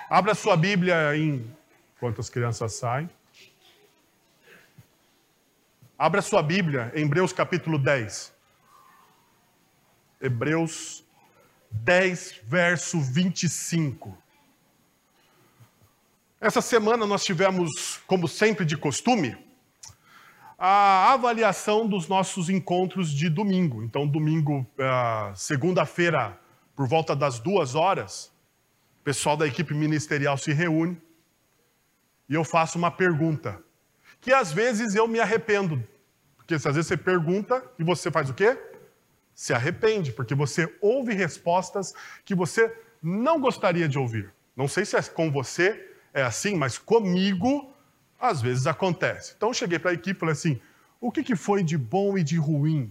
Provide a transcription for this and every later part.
Abra sua Bíblia enquanto as crianças saem. Abra sua Bíblia em Hebreus capítulo 10. Hebreus 10, verso 25. Essa semana nós tivemos, como sempre de costume, a avaliação dos nossos encontros de domingo. Então, domingo, segunda-feira, por volta das 2h, o pessoal da equipe ministerial se reúne e eu faço uma pergunta, que às vezes eu me arrependo. Porque às vezes você pergunta e você faz o quê? Se arrepende, porque você ouve respostas que você não gostaria de ouvir. Não sei se com você é assim, mas comigo às vezes acontece. Então eu cheguei para a equipe e falei assim, o que foi de bom e de ruim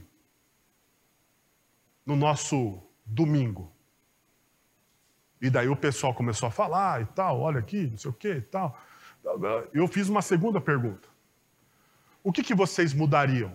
no nosso domingo? E daí o pessoal começou a falar e tal, olha aqui, não sei o que e tal. Eu fiz uma segunda pergunta. O que vocês mudariam?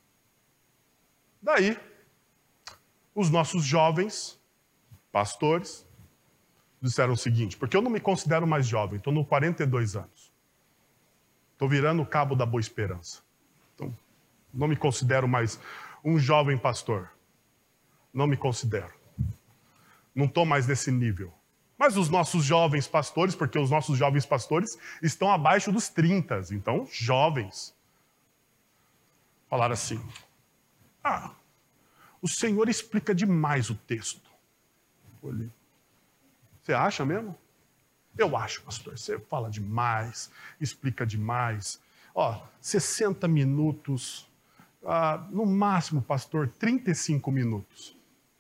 Daí, os nossos jovens pastores disseram o seguinte, porque eu não me considero mais jovem, estou no 42 anos. Estou virando o cabo da Boa Esperança. Então, não me considero mais um jovem pastor. Não me considero. Não estou mais nesse nível. Mas os nossos jovens pastores, porque os nossos jovens pastores estão abaixo dos 30, então jovens. Falaram assim, o Senhor explica demais o texto. Olhei. Você acha mesmo? Eu acho, pastor. Você fala demais, explica demais. 60 minutos, no máximo, pastor, 35 minutos.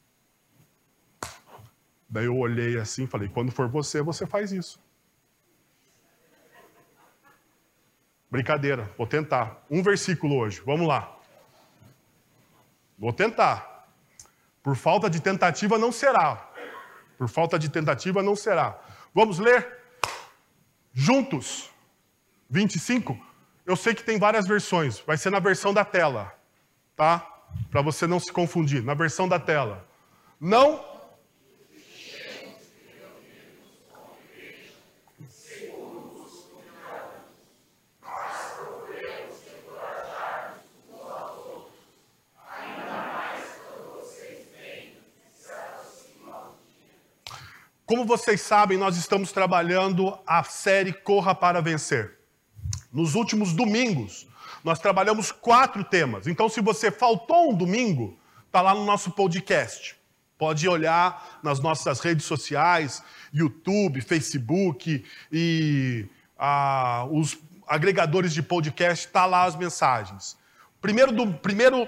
Daí eu olhei assim e falei, quando for você faz isso. Brincadeira, vou tentar. Um versículo hoje, vamos lá. Vou tentar. Por falta de tentativa não será. Por falta de tentativa não será. Vamos ler? Juntos. 25. Eu sei que tem várias versões. Vai ser na versão da tela. Tá? Para você não se confundir. Na versão da tela. Não... Como vocês sabem, nós estamos trabalhando a série Corra para Vencer. Nos últimos domingos, nós trabalhamos 4 temas. Então, se você faltou um domingo, está lá no nosso podcast. Pode olhar nas nossas redes sociais, YouTube, Facebook e os agregadores de podcast, está lá as mensagens. Primeiro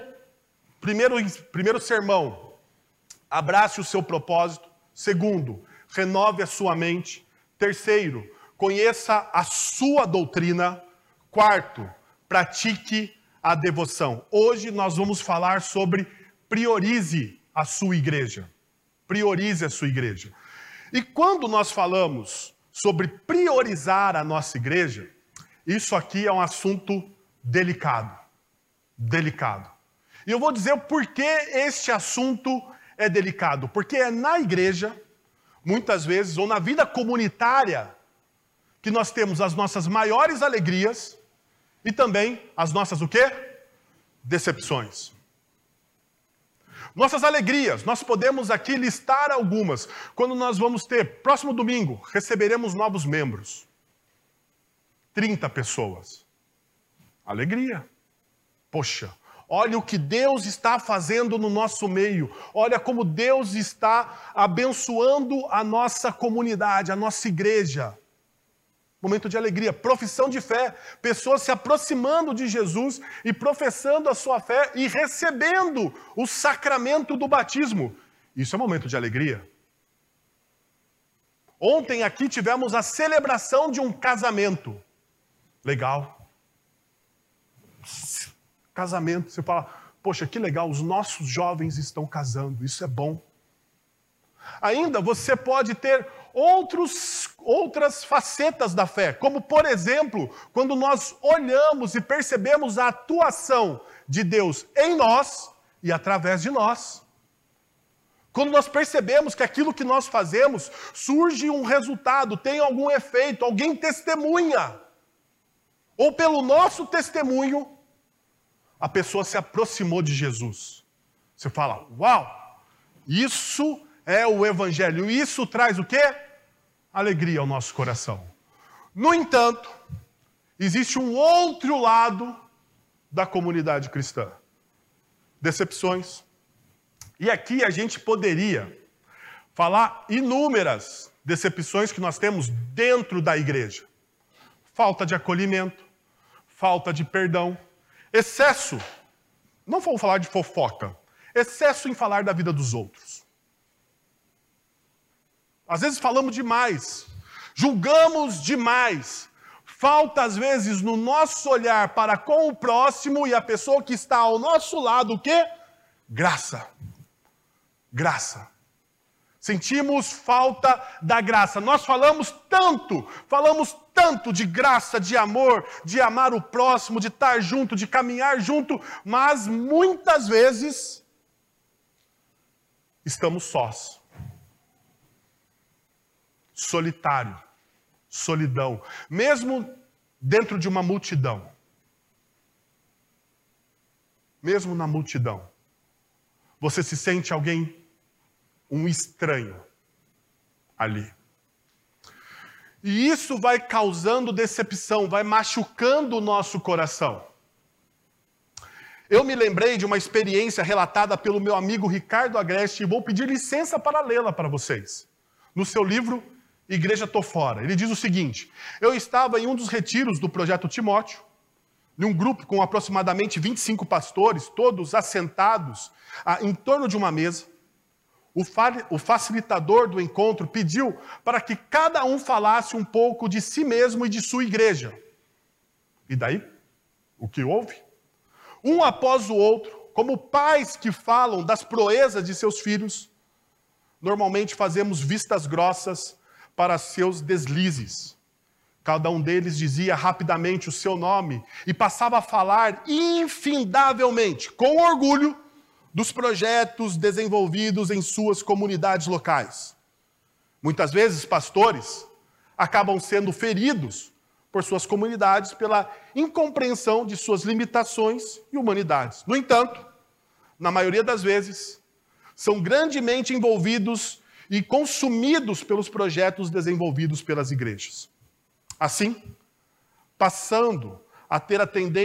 sermão, abrace o seu propósito. Segundo, renove a sua mente. Terceiro, conheça a sua doutrina. Quarto, pratique a devoção. Hoje nós vamos falar sobre priorize a sua igreja. Priorize a sua igreja. E quando nós falamos sobre priorizar a nossa igreja, isso aqui é um assunto delicado. Delicado. E eu vou dizer o porquê este assunto é delicado. Porque é na igreja, muitas vezes, ou na vida comunitária, que nós temos as nossas maiores alegrias e também as nossas, o quê? Decepções. Nossas alegrias, nós podemos aqui listar algumas. Quando nós vamos ter, próximo domingo, receberemos novos membros. 30 pessoas. Alegria. Poxa, olha o que Deus está fazendo no nosso meio. Olha como Deus está abençoando a nossa comunidade, a nossa igreja. Momento de alegria, profissão de fé. Pessoas se aproximando de Jesus e professando a sua fé e recebendo o sacramento do batismo. Isso é momento de alegria. Ontem aqui tivemos a celebração de um casamento. Legal. Casamento, você fala, poxa, que legal, os nossos jovens estão casando, isso é bom. Ainda você pode ter outras facetas da fé, como por exemplo, quando nós olhamos e percebemos a atuação de Deus em nós e através de nós. Quando nós percebemos que aquilo que nós fazemos surge um resultado, tem algum efeito, alguém testemunha. Ou pelo nosso testemunho, a pessoa se aproximou de Jesus. Você fala, uau, isso é o Evangelho. Isso traz o quê? Alegria ao nosso coração. No entanto, existe um outro lado da comunidade cristã. Decepções. E aqui a gente poderia falar inúmeras decepções que nós temos dentro da igreja. Falta de acolhimento, falta de perdão, excesso, não vou falar de fofoca, excesso em falar da vida dos outros. Às vezes falamos demais, julgamos demais, falta às vezes no nosso olhar para com o próximo e a pessoa que está ao nosso lado, o quê? Graça. Graça. Sentimos falta da graça. Nós falamos tanto de graça, de amor, de amar o próximo, de estar junto, de caminhar junto, mas muitas vezes estamos sós. Solitário, solidão, mesmo dentro de uma multidão. Mesmo na multidão, você se sente um estranho ali. E isso vai causando decepção, vai machucando o nosso coração. Eu me lembrei de uma experiência relatada pelo meu amigo Ricardo Agreste e vou pedir licença para lê-la para vocês. No seu livro, Igreja Tô Fora. Ele diz o seguinte: eu estava em um dos retiros do Projeto Timóteo, em um grupo com aproximadamente 25 pastores, todos assentados em torno de uma mesa. O facilitador do encontro pediu para que cada um falasse um pouco de si mesmo e de sua igreja. E daí, o que houve? Um após o outro, como pais que falam das proezas de seus filhos, normalmente fazemos vistas grossas para seus deslizes. Cada um deles dizia rapidamente o seu nome e passava a falar infindavelmente, com orgulho, dos projetos desenvolvidos em suas comunidades locais. Muitas vezes, pastores acabam sendo feridos por suas comunidades pela incompreensão de suas limitações e humanidades. No entanto, na maioria das vezes, são grandemente envolvidos e consumidos pelos projetos desenvolvidos pelas igrejas. Assim, passam a ter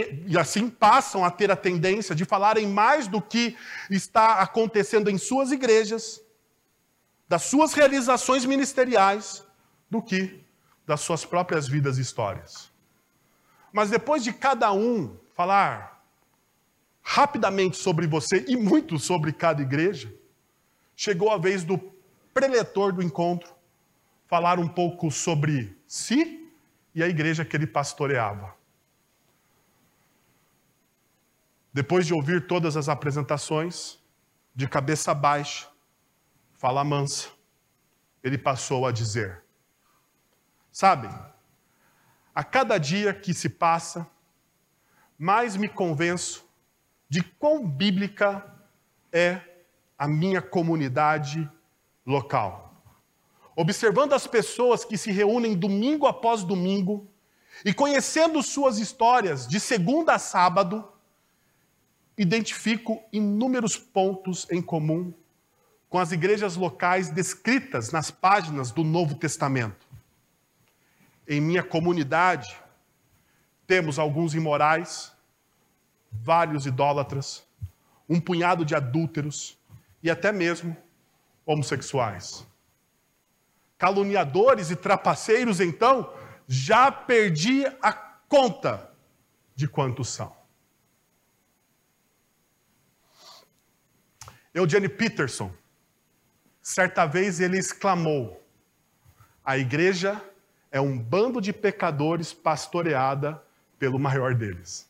a tendência de falarem mais do que está acontecendo em suas igrejas, das suas realizações ministeriais, do que das suas próprias vidas e histórias. Mas depois de cada um falar rapidamente sobre você e muito sobre cada igreja, chegou a vez do preletor do encontro falar um pouco sobre si e a igreja que ele pastoreava. Depois de ouvir todas as apresentações, de cabeça baixa, fala mansa, ele passou a dizer: sabem, a cada dia que se passa, mais me convenço de quão bíblica é a minha comunidade local. Observando as pessoas que se reúnem domingo após domingo e conhecendo suas histórias de segunda a sábado, identifico inúmeros pontos em comum com as igrejas locais descritas nas páginas do Novo Testamento. Em minha comunidade, temos alguns imorais, vários idólatras, um punhado de adúlteros e até mesmo homossexuais. Caluniadores e trapaceiros, então, já perdi a conta de quantos são. Eugene Peterson, certa vez ele exclamou: a igreja é um bando de pecadores pastoreada pelo maior deles.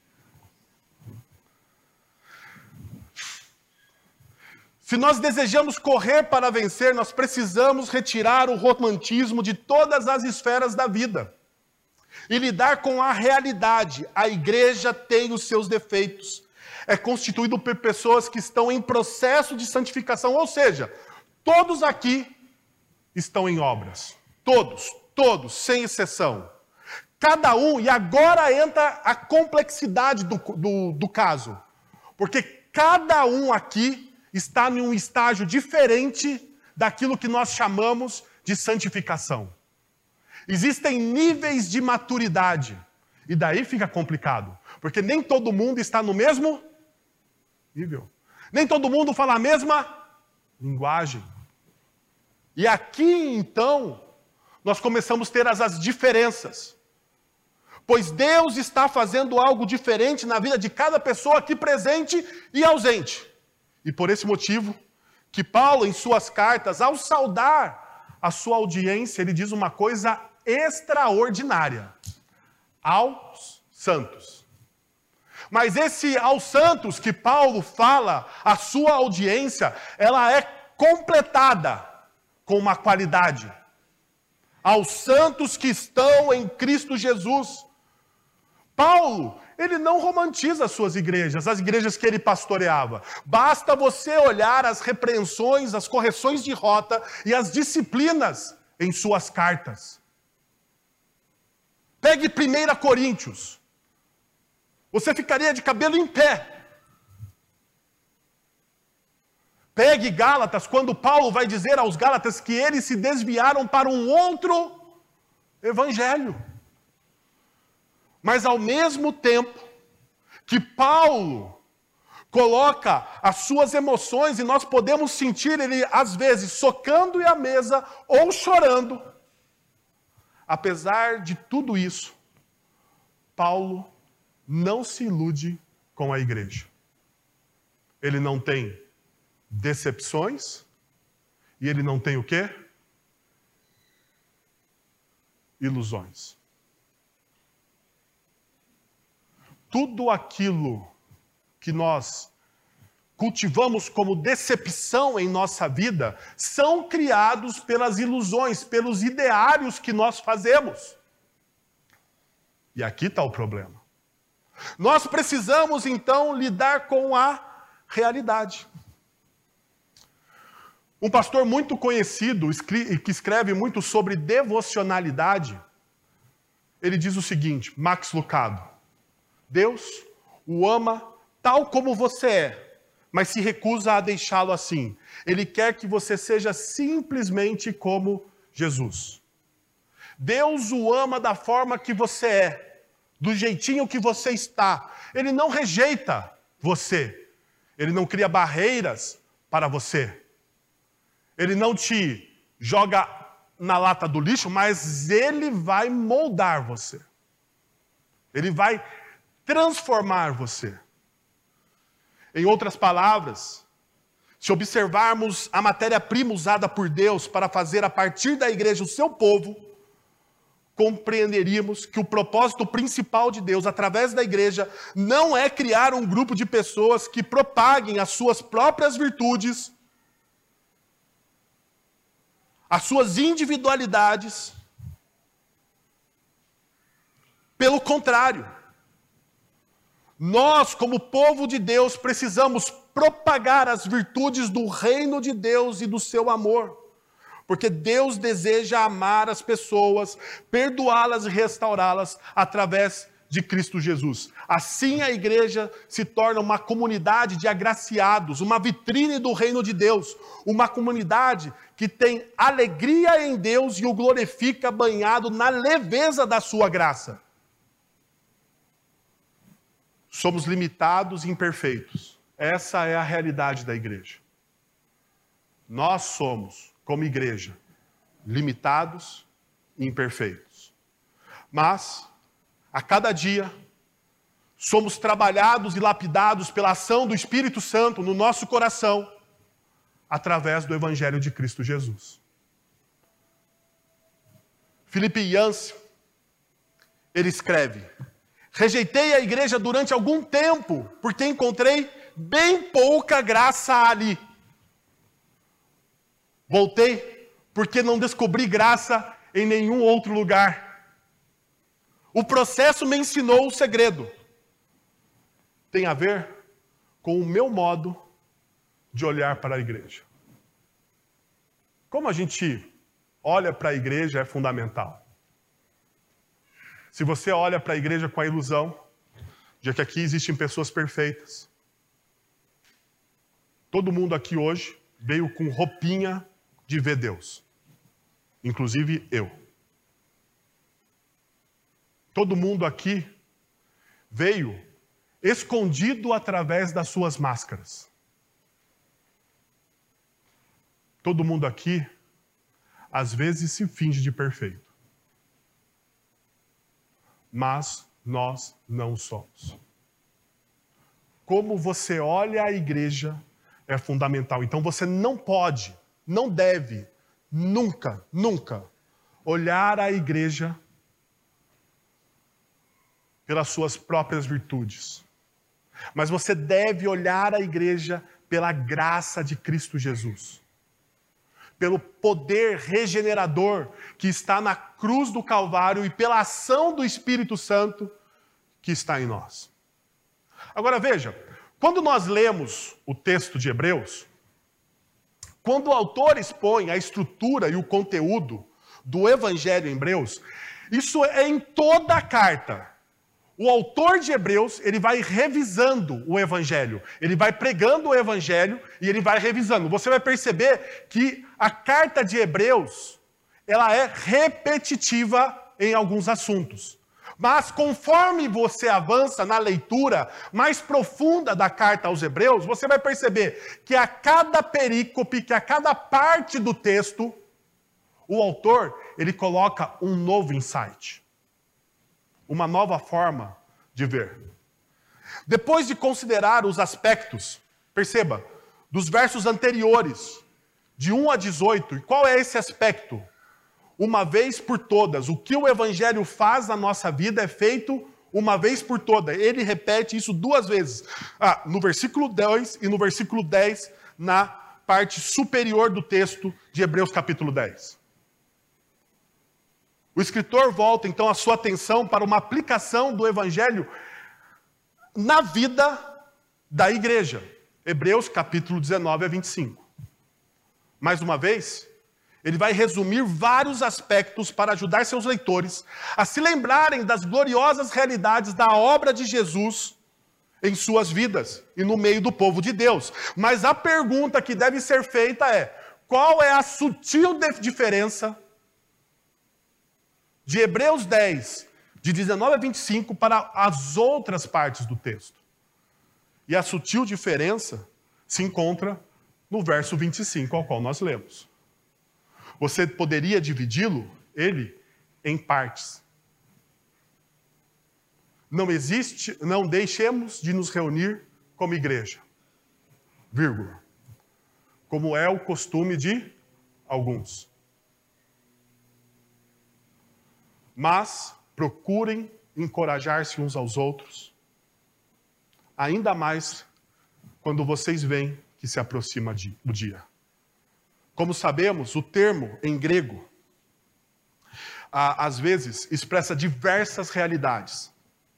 Se nós desejamos correr para vencer, nós precisamos retirar o romantismo de todas as esferas da vida e lidar com a realidade. A igreja tem os seus defeitos. é constituído por pessoas que estão em processo de santificação, ou seja, todos aqui estão em obras. Todos, sem exceção. Cada um, e agora entra a complexidade do caso. Porque cada um aqui está em um estágio diferente daquilo que nós chamamos de santificação. Existem níveis de maturidade. E daí fica complicado. Porque nem todo mundo está no mesmo nível. Nem todo mundo fala a mesma linguagem. E aqui, então, nós começamos a ter as diferenças. Pois Deus está fazendo algo diferente na vida de cada pessoa aqui presente e ausente. E por esse motivo, que Paulo, em suas cartas, ao saudar a sua audiência, ele diz uma coisa extraordinária. Aos santos. Mas esse aos santos que Paulo fala, a sua audiência, ela é completada com uma qualidade. Aos santos que estão em Cristo Jesus. Paulo, ele não romantiza as suas igrejas, as igrejas que ele pastoreava. Basta você olhar as repreensões, as correções de rota e as disciplinas em suas cartas. Pegue 1 Coríntios. Você ficaria de cabelo em pé. Pegue Gálatas, quando Paulo vai dizer aos Gálatas que eles se desviaram para um outro evangelho. Mas ao mesmo tempo que Paulo coloca as suas emoções, e nós podemos sentir ele às vezes socando a mesa ou chorando, apesar de tudo isso, Paulo não se ilude com a igreja. Ele não tem decepções e ele não tem o quê? Ilusões. Tudo aquilo que nós cultivamos como decepção em nossa vida são criados pelas ilusões, pelos ideários que nós fazemos. E aqui está o problema. Nós precisamos, então, lidar com a realidade. Um pastor muito conhecido, que escreve muito sobre devocionalidade, ele diz o seguinte, Max Lucado: Deus o ama tal como você é, mas se recusa a deixá-lo assim. Ele quer que você seja simplesmente como Jesus. Deus o ama da forma que você é, do jeitinho que você está. Ele não rejeita você. Ele não cria barreiras para você. Ele não te joga na lata do lixo, mas ele vai moldar você. Ele vai transformar você. Em outras palavras, se observarmos a matéria-prima usada por Deus para fazer a partir da igreja o seu povo, compreenderíamos que o propósito principal de Deus, através da igreja, não é criar um grupo de pessoas que propaguem as suas próprias virtudes, as suas individualidades. Pelo contrário, nós, como povo de Deus, precisamos propagar as virtudes do reino de Deus e do seu amor. Porque Deus deseja amar as pessoas, perdoá-las e restaurá-las através de Cristo Jesus. Assim a igreja se torna uma comunidade de agraciados, uma vitrine do reino de Deus, uma comunidade que tem alegria em Deus e o glorifica banhado na leveza da sua graça. Somos limitados e imperfeitos. Essa é a realidade da igreja. Nós somos, como igreja, limitados e imperfeitos. Mas, a cada dia, somos trabalhados e lapidados pela ação do Espírito Santo no nosso coração, através do Evangelho de Cristo Jesus. Filipe Yancey, ele escreve: rejeitei a igreja durante algum tempo, porque encontrei bem pouca graça ali. Voltei, porque não descobri graça em nenhum outro lugar. O processo me ensinou o segredo. Tem a ver com o meu modo de olhar para a igreja. Como a gente olha para a igreja é fundamental. Se você olha para a igreja com a ilusão de que aqui existem pessoas perfeitas, todo mundo aqui hoje veio com roupinha de ver Deus, inclusive eu. Todo mundo aqui veio escondido através das suas máscaras. Todo mundo aqui, às vezes, se finge de perfeito. Mas nós não somos. Como você olha a igreja é fundamental. Então você não pode, não deve, nunca olhar a igreja pelas suas próprias virtudes. Mas você deve olhar a igreja pela graça de Cristo Jesus. Pelo poder regenerador que está na cruz do Calvário e pela ação do Espírito Santo que está em nós. Agora veja, quando nós lemos o texto de Hebreus, quando o autor expõe a estrutura e o conteúdo do Evangelho em Hebreus, isso é em toda a carta. O autor de Hebreus, ele vai revisando o Evangelho. Ele vai pregando o Evangelho e ele vai revisando. Você vai perceber que a carta de Hebreus, ela é repetitiva em alguns assuntos. Mas conforme você avança na leitura mais profunda da carta aos Hebreus, você vai perceber que a cada perícope, que a cada parte do texto, o autor, ele coloca um novo insight. Uma nova forma de ver. Depois de considerar os aspectos, perceba, dos versos anteriores, de 1 a 18, e qual é esse aspecto? Uma vez por todas, o que o Evangelho faz na nossa vida é feito uma vez por todas. Ele repete isso 2 vezes. No versículo 2 e no versículo 10, na parte superior do texto de Hebreus capítulo 10. O escritor volta, então, a sua atenção para uma aplicação do Evangelho na vida da igreja. Hebreus, capítulo 19 a 25. Mais uma vez, ele vai resumir vários aspectos para ajudar seus leitores a se lembrarem das gloriosas realidades da obra de Jesus em suas vidas e no meio do povo de Deus. Mas a pergunta que deve ser feita é: qual é a sutil diferença de Hebreus 10, de 19 a 25, para as outras partes do texto? E a sutil diferença se encontra no verso 25, ao qual nós lemos. Você poderia dividi-lo, ele, em partes. Não deixemos de nos reunir como igreja, vírgula, como é o costume de alguns. Mas procurem encorajar-se uns aos outros, ainda mais quando vocês veem que se aproxima o dia. Como sabemos, o termo em grego, às vezes, expressa diversas realidades.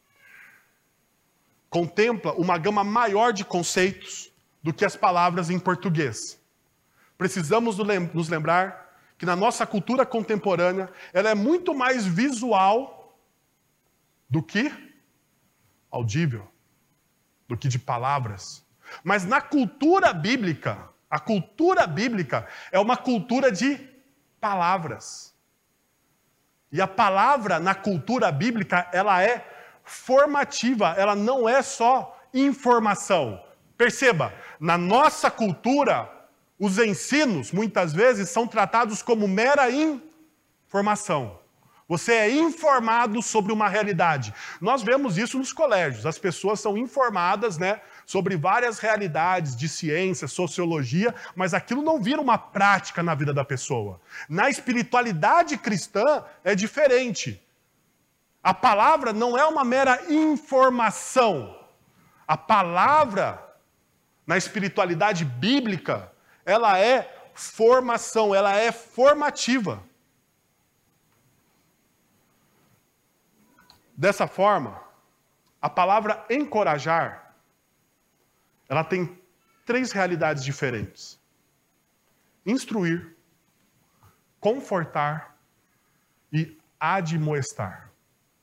Contempla uma gama maior de conceitos do que as palavras em português. Precisamos nos lembrar que na nossa cultura contemporânea, ela é muito mais visual do que audível, do que de palavras. Mas na cultura bíblica, a cultura bíblica é uma cultura de palavras. E a palavra na cultura bíblica, ela é formativa, ela não é só informação. Perceba, na nossa cultura, os ensinos, muitas vezes, são tratados como mera informação. Você é informado sobre uma realidade. Nós vemos isso nos colégios. As pessoas são informadas, sobre várias realidades de ciência, sociologia, mas aquilo não vira uma prática na vida da pessoa. Na espiritualidade cristã é diferente. A palavra não é uma mera informação. A palavra, na espiritualidade bíblica, ela é formação, ela é formativa. Dessa forma, a palavra encorajar, ela tem 3 realidades diferentes: instruir, confortar e admoestar.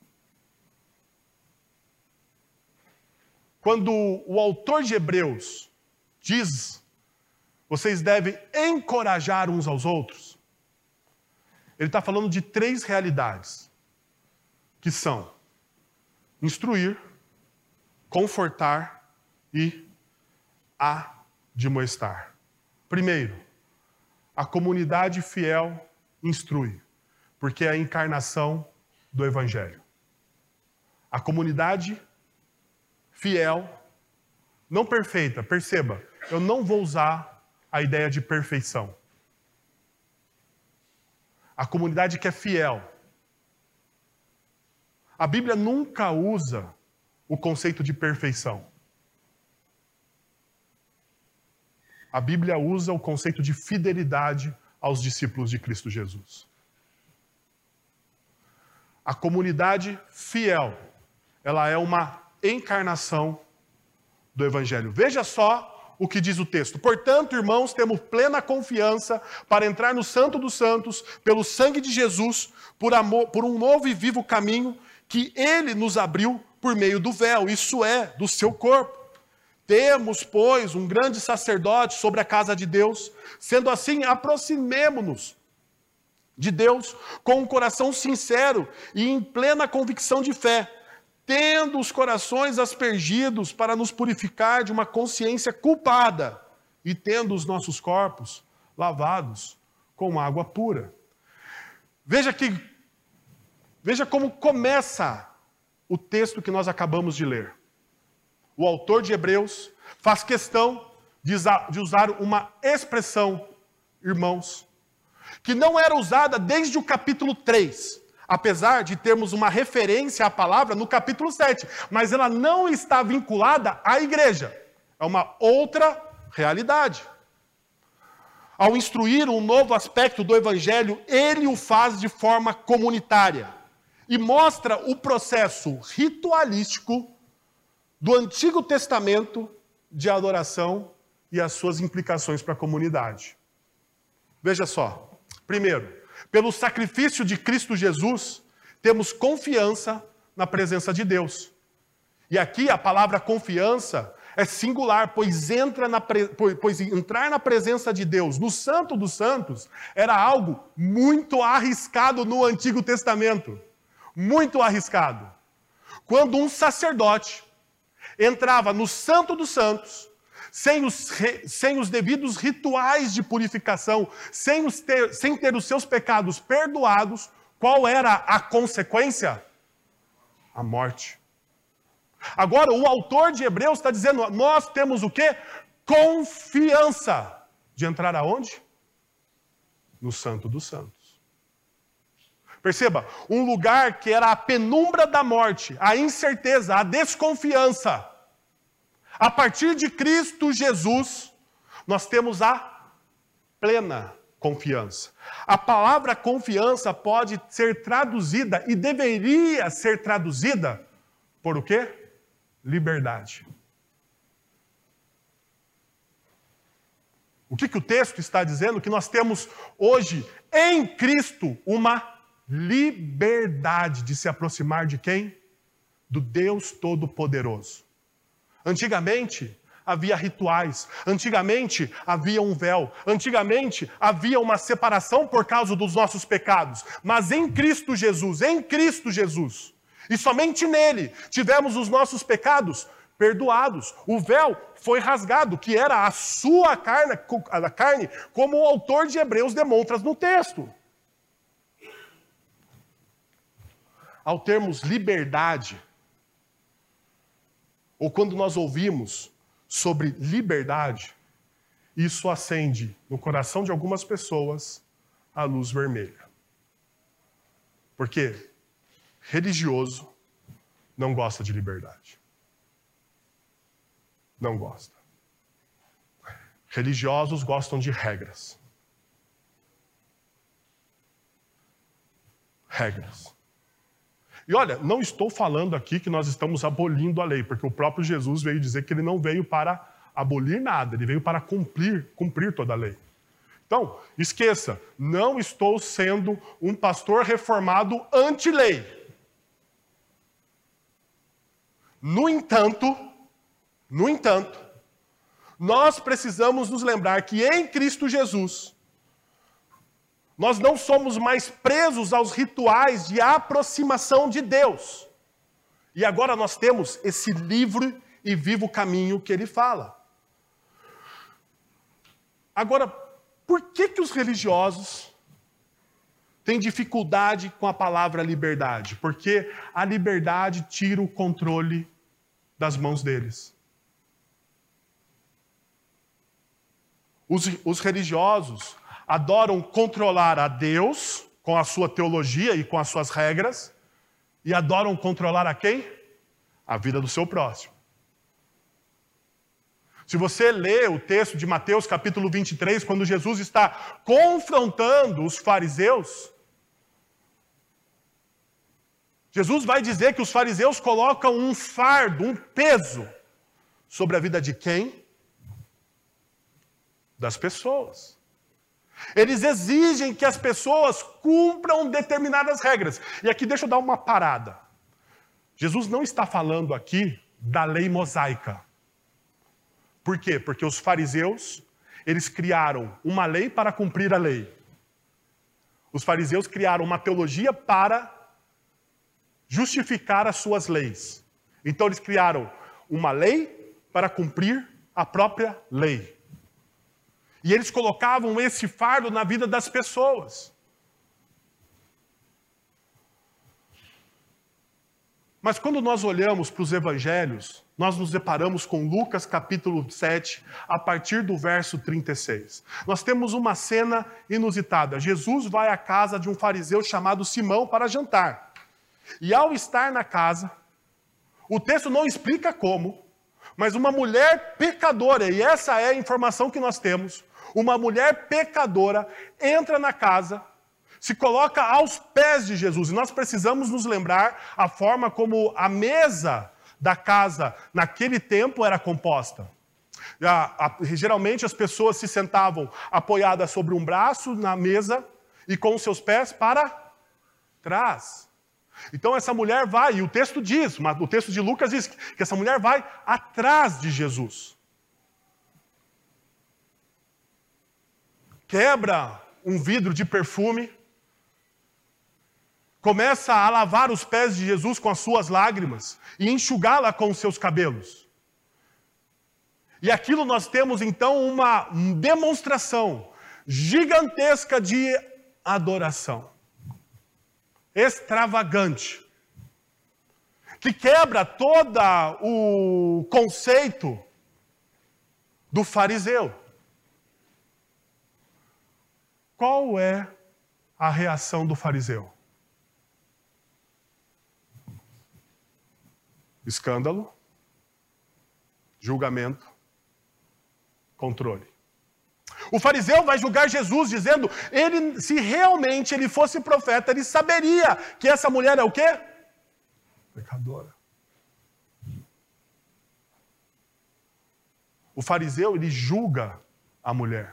Quando o autor de Hebreus diz: vocês devem encorajar uns aos outros, ele está falando de 3 realidades, que são instruir, confortar e admoestar. Primeiro, a comunidade fiel instrui, porque é a encarnação do Evangelho. A comunidade fiel, não perfeita, perceba, eu não vou usar a ideia de perfeição. A comunidade que é fiel. A Bíblia nunca usa o conceito de perfeição. A Bíblia usa o conceito de fidelidade aos discípulos de Cristo Jesus. A comunidade fiel, ela é uma encarnação do Evangelho. Veja só o que diz o texto. Portanto, irmãos, temos plena confiança para entrar no Santo dos Santos, pelo sangue de Jesus, por um novo e vivo caminho que Ele nos abriu por meio do véu, isso é, do seu corpo. Temos, pois, um grande sacerdote sobre a casa de Deus. Sendo assim, aproximemo-nos de Deus com um coração sincero e em plena convicção de fé, tendo os corações aspergidos para nos purificar de uma consciência culpada e tendo os nossos corpos lavados com água pura. Veja como começa o texto que nós acabamos de ler. O autor de Hebreus faz questão de usar uma expressão, irmãos, que não era usada desde o capítulo 3, apesar de termos uma referência à palavra no capítulo 7, mas ela não está vinculada à igreja. É uma outra realidade. Ao instruir um novo aspecto do Evangelho, ele o faz de forma comunitária e mostra o processo ritualístico do Antigo Testamento de adoração e as suas implicações para a comunidade. Veja só. Primeiro, pelo sacrifício de Cristo Jesus, temos confiança na presença de Deus. E aqui a palavra confiança é singular, pois entrar na presença de Deus, no Santo dos Santos, era algo muito arriscado no Antigo Testamento. Muito arriscado. Quando um sacerdote entrava no Santo dos Santos, sem os devidos rituais de purificação, sem ter os seus pecados perdoados, qual era a consequência? A morte. Agora, o autor de Hebreus está dizendo, nós temos o quê? Confiança de entrar aonde? No Santo dos Santos. Perceba, um lugar que era a penumbra da morte, a incerteza, a desconfiança. A partir de Cristo Jesus, nós temos a plena confiança. A palavra confiança pode ser traduzida e deveria ser traduzida por o quê? Liberdade. O que o texto está dizendo? Que nós temos hoje em Cristo uma liberdade de se aproximar de quem? Do Deus Todo-Poderoso. Antigamente, havia rituais. Antigamente, havia um véu. Antigamente, havia uma separação por causa dos nossos pecados. Mas em Cristo Jesus, e somente nele, tivemos os nossos pecados perdoados. O véu foi rasgado, que era a sua carne, como o autor de Hebreus demonstra no texto. Ao termos liberdade, ou quando nós ouvimos sobre liberdade, isso acende no coração de algumas pessoas a luz vermelha. Porque religioso não gosta de liberdade. Não gosta. Religiosos gostam de regras. Regras. E olha, não estou falando aqui que nós estamos abolindo a lei, porque o próprio Jesus veio dizer que ele não veio para abolir nada, ele veio para cumprir toda a lei. Então, esqueça, não estou sendo um pastor reformado anti-lei. No entanto, nós precisamos nos lembrar que em Cristo Jesus, nós não somos mais presos aos rituais de aproximação de Deus. E agora nós temos esse livre e vivo caminho que ele fala. Agora, por que os religiosos têm dificuldade com a palavra liberdade? Porque a liberdade tira o controle das mãos deles. Os religiosos adoram controlar a Deus com a sua teologia e com as suas regras, e adoram controlar a quem? A vida do seu próximo. Se você lê o texto de Mateus capítulo 23, quando Jesus está confrontando os fariseus, Jesus vai dizer que os fariseus colocam um fardo, um peso, sobre a vida de quem? Das pessoas. Eles exigem que as pessoas cumpram determinadas regras. E aqui deixa eu dar uma parada. Jesus não está falando aqui da lei mosaica. Por quê? Porque os fariseus, eles criaram uma lei para cumprir a lei. Os fariseus criaram uma teologia para justificar as suas leis. Então eles criaram uma lei para cumprir a própria lei. E eles colocavam esse fardo na vida das pessoas. Mas quando nós olhamos para os evangelhos, nós nos deparamos com Lucas capítulo 7, a partir do verso 36. Nós temos uma cena inusitada. Jesus vai à casa de um fariseu chamado Simão para jantar. E ao estar na casa, o texto não explica como, mas uma mulher pecadora, e essa é a informação que nós temos, uma mulher pecadora entra na casa, se coloca aos pés de Jesus. E nós precisamos nos lembrar a forma como a mesa da casa naquele tempo era composta. Geralmente as pessoas se sentavam apoiadas sobre um braço na mesa e com os seus pés para trás. Então essa mulher vai, e o texto diz, o texto de Lucas diz que essa mulher vai atrás de Jesus. Quebra um vidro de perfume, começa a lavar os pés de Jesus com as suas lágrimas e enxugá-la com os seus cabelos. E aquilo nós temos então uma demonstração gigantesca de adoração. Extravagante. Que quebra todo o conceito do fariseu. Qual é a reação do fariseu? Escândalo, julgamento, controle. O fariseu vai julgar Jesus dizendo, se realmente ele fosse profeta, ele saberia que essa mulher é o quê? Pecadora. O fariseu, ele julga a mulher.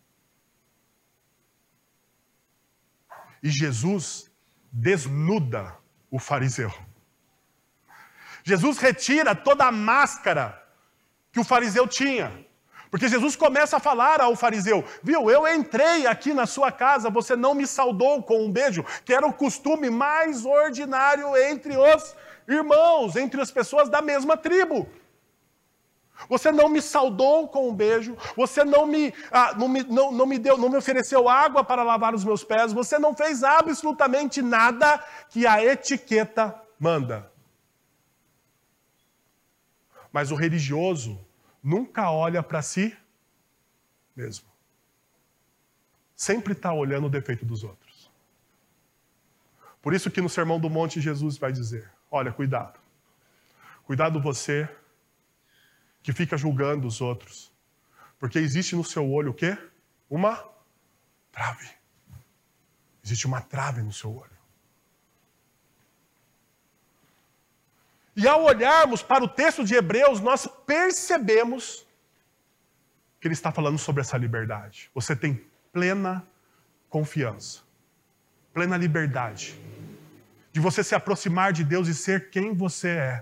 E Jesus desnuda o fariseu. Jesus retira toda a máscara que o fariseu tinha. Porque Jesus começa a falar ao fariseu, viu, eu entrei aqui na sua casa, você não me saudou com um beijo, que era o costume mais ordinário entre os irmãos, entre as pessoas da mesma tribo. Você não me saudou com um beijo, você não me ofereceu água para lavar os meus pés, você não fez absolutamente nada que a etiqueta manda. Mas o religioso nunca olha para si mesmo. Sempre está olhando o defeito dos outros. Por isso que no Sermão do Monte Jesus vai dizer, olha, cuidado. Cuidado você que fica julgando os outros. Porque existe no seu olho o quê? Uma trave. Existe uma trave no seu olho. E ao olharmos para o texto de Hebreus, nós percebemos que ele está falando sobre essa liberdade. Você tem plena confiança, plena liberdade de você se aproximar de Deus e ser quem você é.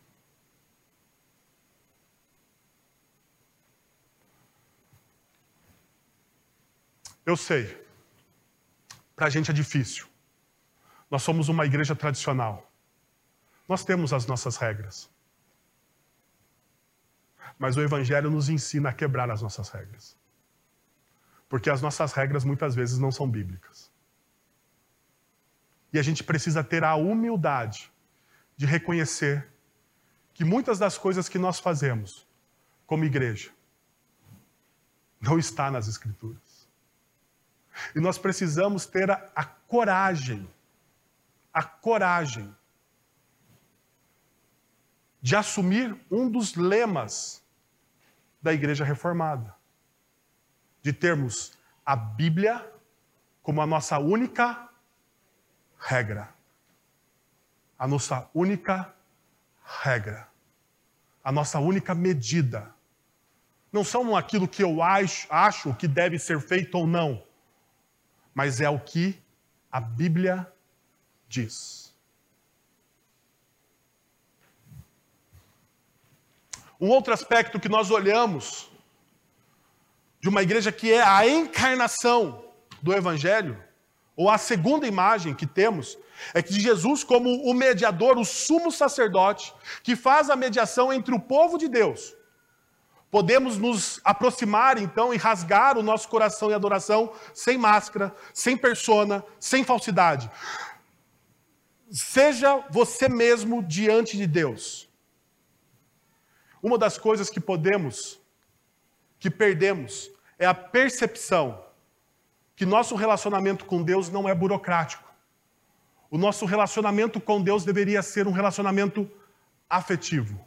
Eu sei, para a gente é difícil. Nós somos uma igreja tradicional. Nós temos as nossas regras. Mas o Evangelho nos ensina a quebrar as nossas regras. Porque as nossas regras muitas vezes não são bíblicas. E a gente precisa ter a humildade de reconhecer que muitas das coisas que nós fazemos como igreja não está nas Escrituras. E nós precisamos ter a coragem de assumir um dos lemas da Igreja Reformada. De termos a Bíblia como a nossa única regra. A nossa única regra. A nossa única medida. Não são aquilo que eu acho que deve ser feito ou não, mas é o que a Bíblia diz. Um outro aspecto que nós olhamos de uma igreja que é a encarnação do Evangelho, ou a segunda imagem que temos, é que de Jesus como o mediador, o sumo sacerdote, que faz a mediação entre o povo de Deus. Podemos nos aproximar, então, e rasgar o nosso coração em adoração sem máscara, sem persona, sem falsidade. Seja você mesmo diante de Deus. Uma das coisas que perdemos, é a percepção que nosso relacionamento com Deus não é burocrático. O nosso relacionamento com Deus deveria ser um relacionamento afetivo.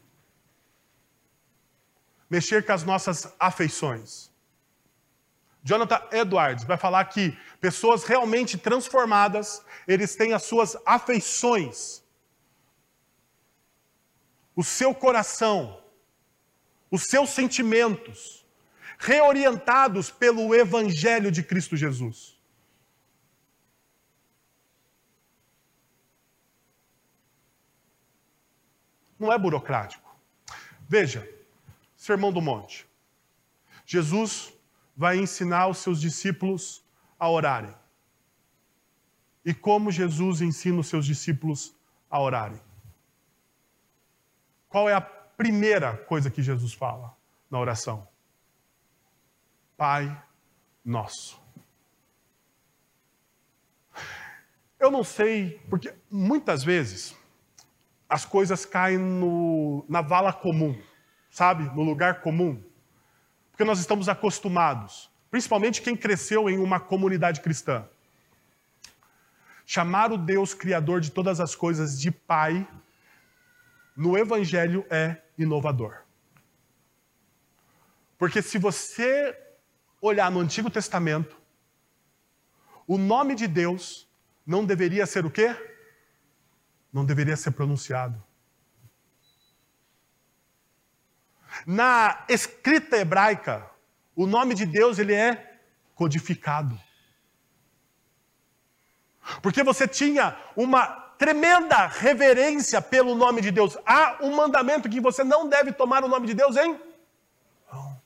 Mexer com as nossas afeições. Jonathan Edwards vai falar que pessoas realmente transformadas, eles têm as suas afeições, o seu coração, os seus sentimentos, reorientados pelo Evangelho de Cristo Jesus. Não é burocrático. Veja, Sermão do Monte. Jesus vai ensinar os seus discípulos a orarem. E como Jesus ensina os seus discípulos a orarem? Qual é a primeira coisa que Jesus fala na oração? Pai Nosso. Eu não sei, porque muitas vezes as coisas caem na vala comum, sabe? No lugar comum. Porque nós estamos acostumados, principalmente quem cresceu em uma comunidade cristã. Chamar o Deus Criador de todas as coisas de Pai, no Evangelho é inovador. Porque se você olhar no Antigo Testamento, o nome de Deus não deveria ser o quê? Não deveria ser pronunciado. Na escrita hebraica, o nome de Deus ele é codificado. Porque você tinha uma tremenda reverência pelo nome de Deus. Há um mandamento que você não deve tomar o nome de Deus em vão.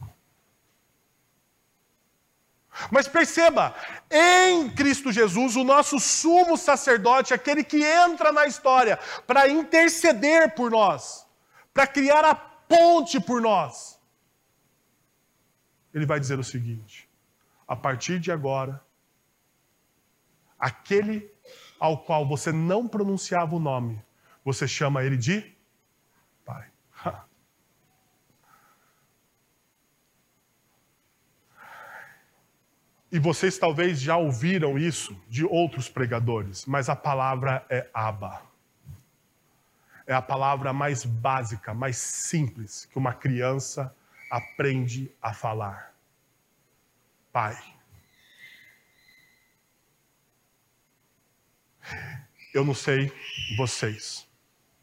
Mas perceba, em Cristo Jesus, o nosso sumo sacerdote, aquele que entra na história para interceder por nós, para criar a ponte por nós, ele vai dizer o seguinte: a partir de agora, aquele ao qual você não pronunciava o nome, você chama ele de Pai. E vocês talvez já ouviram isso de outros pregadores, mas a palavra é Abba. É a palavra mais básica, mais simples que uma criança aprende a falar. Pai. Eu não sei vocês,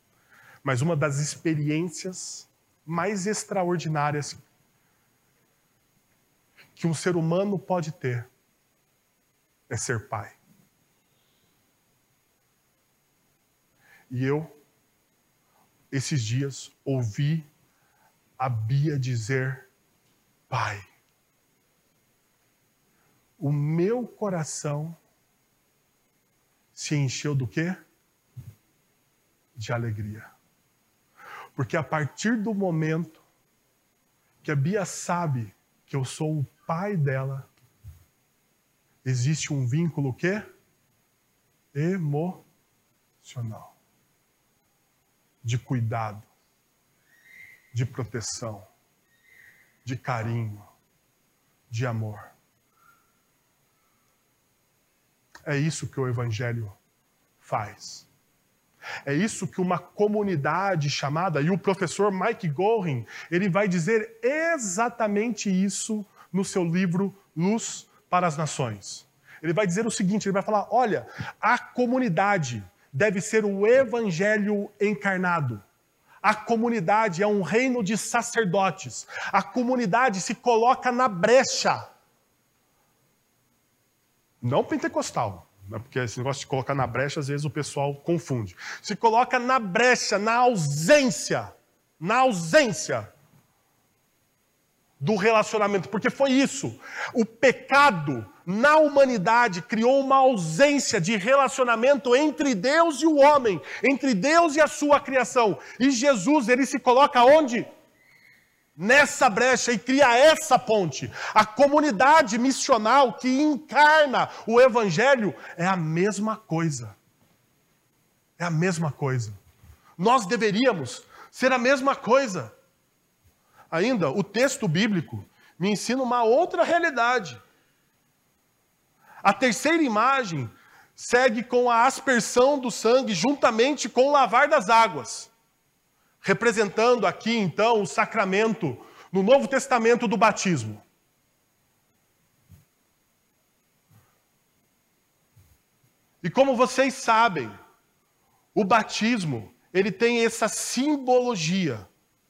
mas uma das experiências mais extraordinárias que um ser humano pode ter é ser pai. E eu, esses dias, ouvi a Bia dizer, pai. O meu coração se encheu do quê? De alegria. Porque a partir do momento que a Bia sabe que eu sou o pai dela, existe um vínculo o quê? Emocional. De cuidado, de proteção, de carinho, de amor. É isso que o Evangelho faz. É isso que uma comunidade chamada, e o professor Mike Gorin, ele vai dizer exatamente isso no seu livro Luz para as Nações. Ele vai dizer o seguinte, ele vai falar, olha, a comunidade deve ser o Evangelho encarnado. A comunidade é um reino de sacerdotes. A comunidade se coloca na brecha. Não pentecostal, né? Porque esse negócio de colocar na brecha, às vezes o pessoal confunde. Se coloca na brecha, na ausência do relacionamento, porque foi isso. O pecado na humanidade criou uma ausência de relacionamento entre Deus e o homem, entre Deus e a sua criação. E Jesus, ele se coloca onde? Nessa brecha e cria essa ponte. A comunidade missional que encarna o Evangelho é a mesma coisa. É a mesma coisa. Nós deveríamos ser a mesma coisa. Ainda, o texto bíblico me ensina uma outra realidade. A terceira imagem segue com a aspersão do sangue juntamente com o lavar das águas. Representando aqui, então, o sacramento no Novo Testamento do batismo. E como vocês sabem, o batismo, ele tem essa simbologia.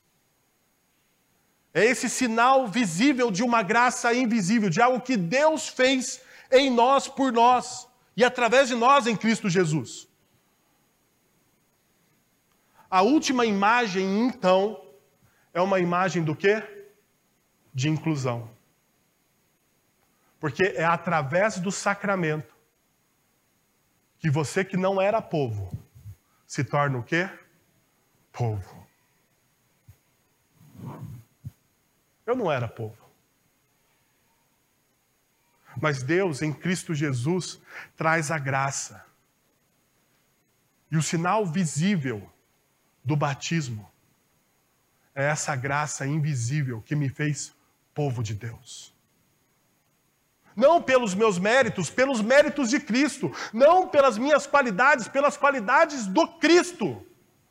É esse sinal visível de uma graça invisível, de algo que Deus fez em nós, por nós, e através de nós em Cristo Jesus. A última imagem, então, é uma imagem do quê? De inclusão. Porque é através do sacramento que você que não era povo, se torna o quê? Povo. Eu não era povo. Mas Deus, em Cristo Jesus, traz a graça. E o sinal visível do batismo é essa graça invisível que me fez povo de Deus. Não pelos meus méritos, pelos méritos de Cristo. Não pelas minhas qualidades, pelas qualidades do Cristo.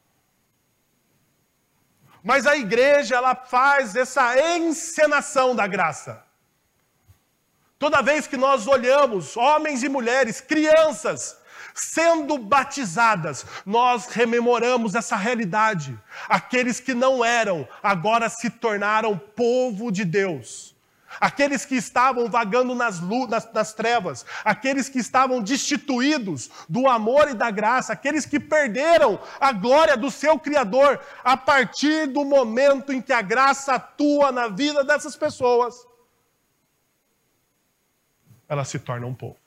Mas a igreja, ela faz essa encenação da graça. Toda vez que nós olhamos homens e mulheres, crianças, sendo batizadas, nós rememoramos essa realidade. Aqueles que não eram, agora se tornaram povo de Deus. Aqueles que estavam vagando nas trevas, aqueles que estavam destituídos do amor e da graça, aqueles que perderam a glória do seu Criador, a partir do momento em que a graça atua na vida dessas pessoas, elas se tornam um povo.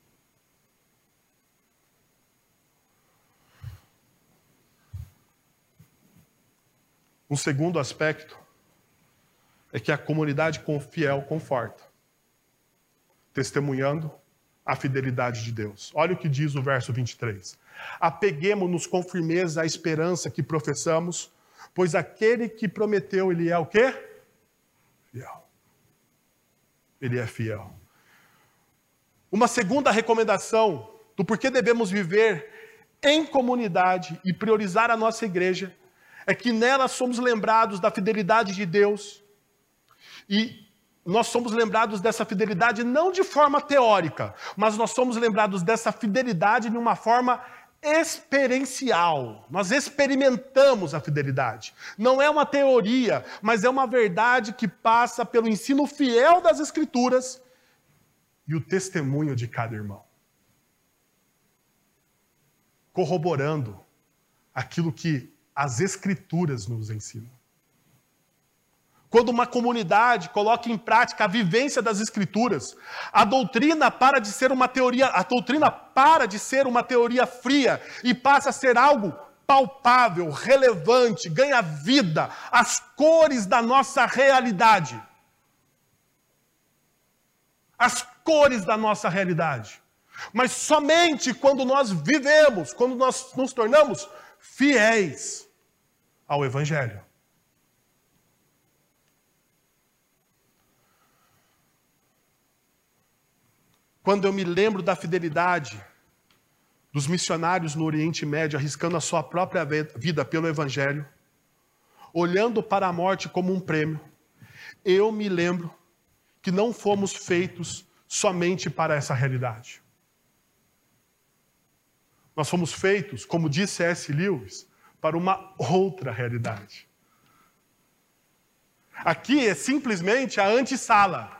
Um segundo aspecto é que a comunidade fiel conforta, testemunhando a fidelidade de Deus. Olha o que diz o verso 23. Apeguemo-nos com firmeza à esperança que professamos, pois aquele que prometeu, ele é o quê? Fiel. Ele é fiel. Uma segunda recomendação do porquê devemos viver em comunidade e priorizar a nossa igreja é que nela somos lembrados da fidelidade de Deus. E nós somos lembrados dessa fidelidade não de forma teórica, mas nós somos lembrados dessa fidelidade de uma forma experiencial. Nós experimentamos a fidelidade. Não é uma teoria, mas é uma verdade que passa pelo ensino fiel das Escrituras e o testemunho de cada irmão, corroborando aquilo que as Escrituras nos ensinam. Quando uma comunidade coloca em prática a vivência das Escrituras, a doutrina para de ser uma teoria fria e passa a ser algo palpável, relevante, ganha vida, as cores da nossa realidade. As cores da nossa realidade. Mas somente quando nós vivemos, quando nós nos tornamos fiéis ao Evangelho. Quando eu me lembro da fidelidade dos missionários no Oriente Médio, arriscando a sua própria vida pelo Evangelho, olhando para a morte como um prêmio, eu me lembro que não fomos feitos somente para essa realidade. Nós fomos feitos, como disse C.S. Lewis, para uma outra realidade. Aqui é simplesmente a antessala.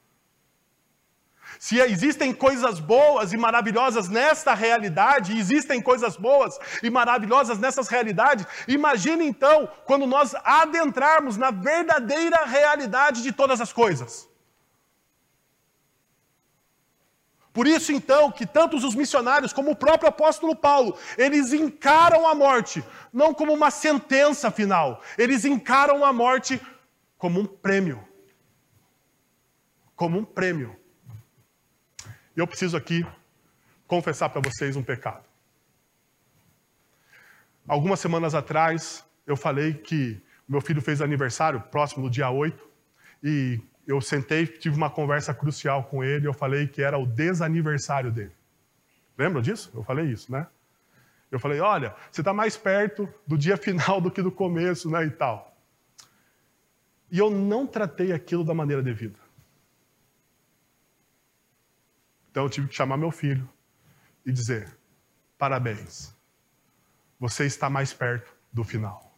Se existem coisas boas e maravilhosas nesta realidade, e existem coisas boas e maravilhosas nessas realidades, imagine então quando nós adentrarmos na verdadeira realidade de todas as coisas. Por isso então que tantos os missionários como o próprio apóstolo Paulo, eles encaram a morte não como uma sentença final, eles encaram a morte como um prêmio. Como um prêmio. E eu preciso aqui confessar para vocês um pecado. Algumas semanas atrás, eu falei que meu filho fez aniversário, próximo do dia 8, e eu sentei, tive uma conversa crucial com ele, e eu falei que era o desaniversário dele. Lembram disso? Eu falei isso, né? Eu falei, olha, você está mais perto do dia final do que do começo, né, e tal. E eu não tratei aquilo da maneira devida. Então eu tive que chamar meu filho e dizer, parabéns, você está mais perto do final.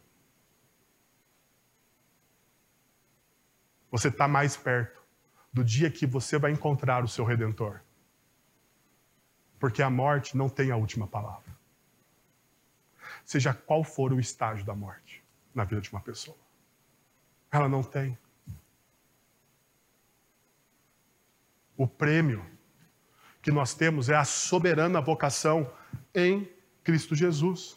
Você está mais perto do dia que você vai encontrar o seu Redentor. Porque a morte não tem a última palavra. Seja qual for o estágio da morte na vida de uma pessoa. Ela não tem. O prêmio que nós temos é a soberana vocação em Cristo Jesus.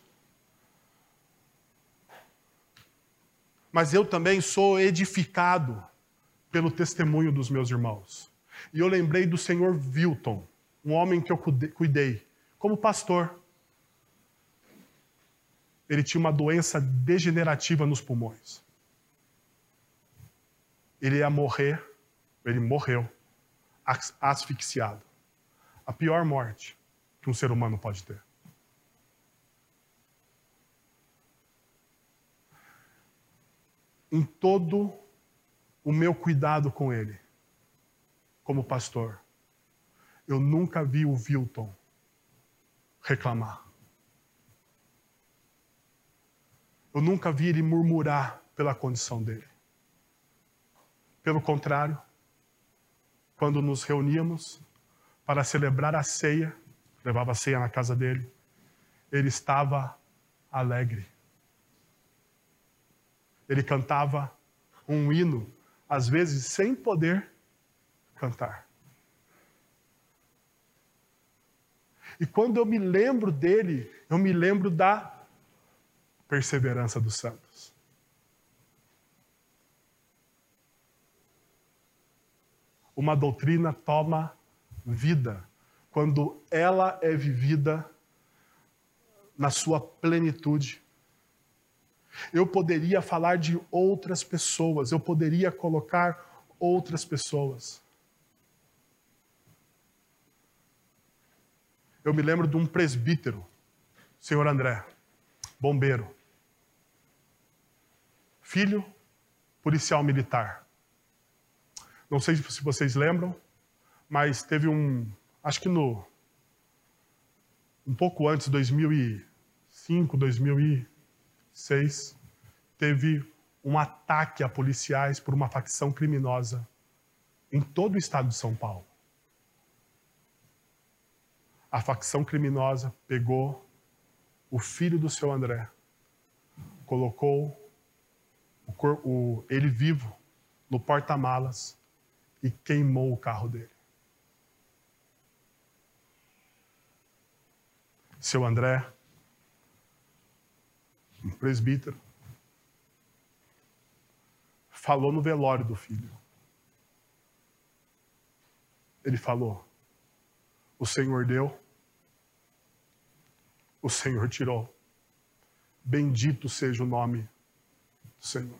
Mas eu também sou edificado pelo testemunho dos meus irmãos. E eu lembrei do senhor Wilton, um homem que eu cuidei como pastor. Ele tinha uma doença degenerativa nos pulmões. Ele ia morrer, ele morreu, asfixiado. A pior morte que um ser humano pode ter. Em todo o meu cuidado com ele, como pastor, eu nunca vi o Wilton reclamar. Eu nunca vi ele murmurar pela condição dele. Pelo contrário, quando nos reuníamos para celebrar a ceia, levava a ceia na casa dele, ele estava alegre. Ele cantava um hino, às vezes sem poder cantar. E quando eu me lembro dele, eu me lembro da perseverança dos santos. Uma doutrina toma vida quando ela é vivida na sua plenitude. Eu poderia falar de outras pessoas, eu poderia colocar outras pessoas. Eu me lembro de um presbítero, senhor André, bombeiro, filho policial militar. Não sei se vocês lembram, mas teve acho que no um pouco antes, 2005, 2006, teve um ataque a policiais por uma facção criminosa em todo o estado de São Paulo. A facção criminosa pegou o filho do seu André, colocou ele vivo no porta-malas e queimou o carro dele. Seu André, um presbítero, falou no velório do filho. Ele falou: o Senhor deu, o Senhor tirou. Bendito seja o nome do Senhor.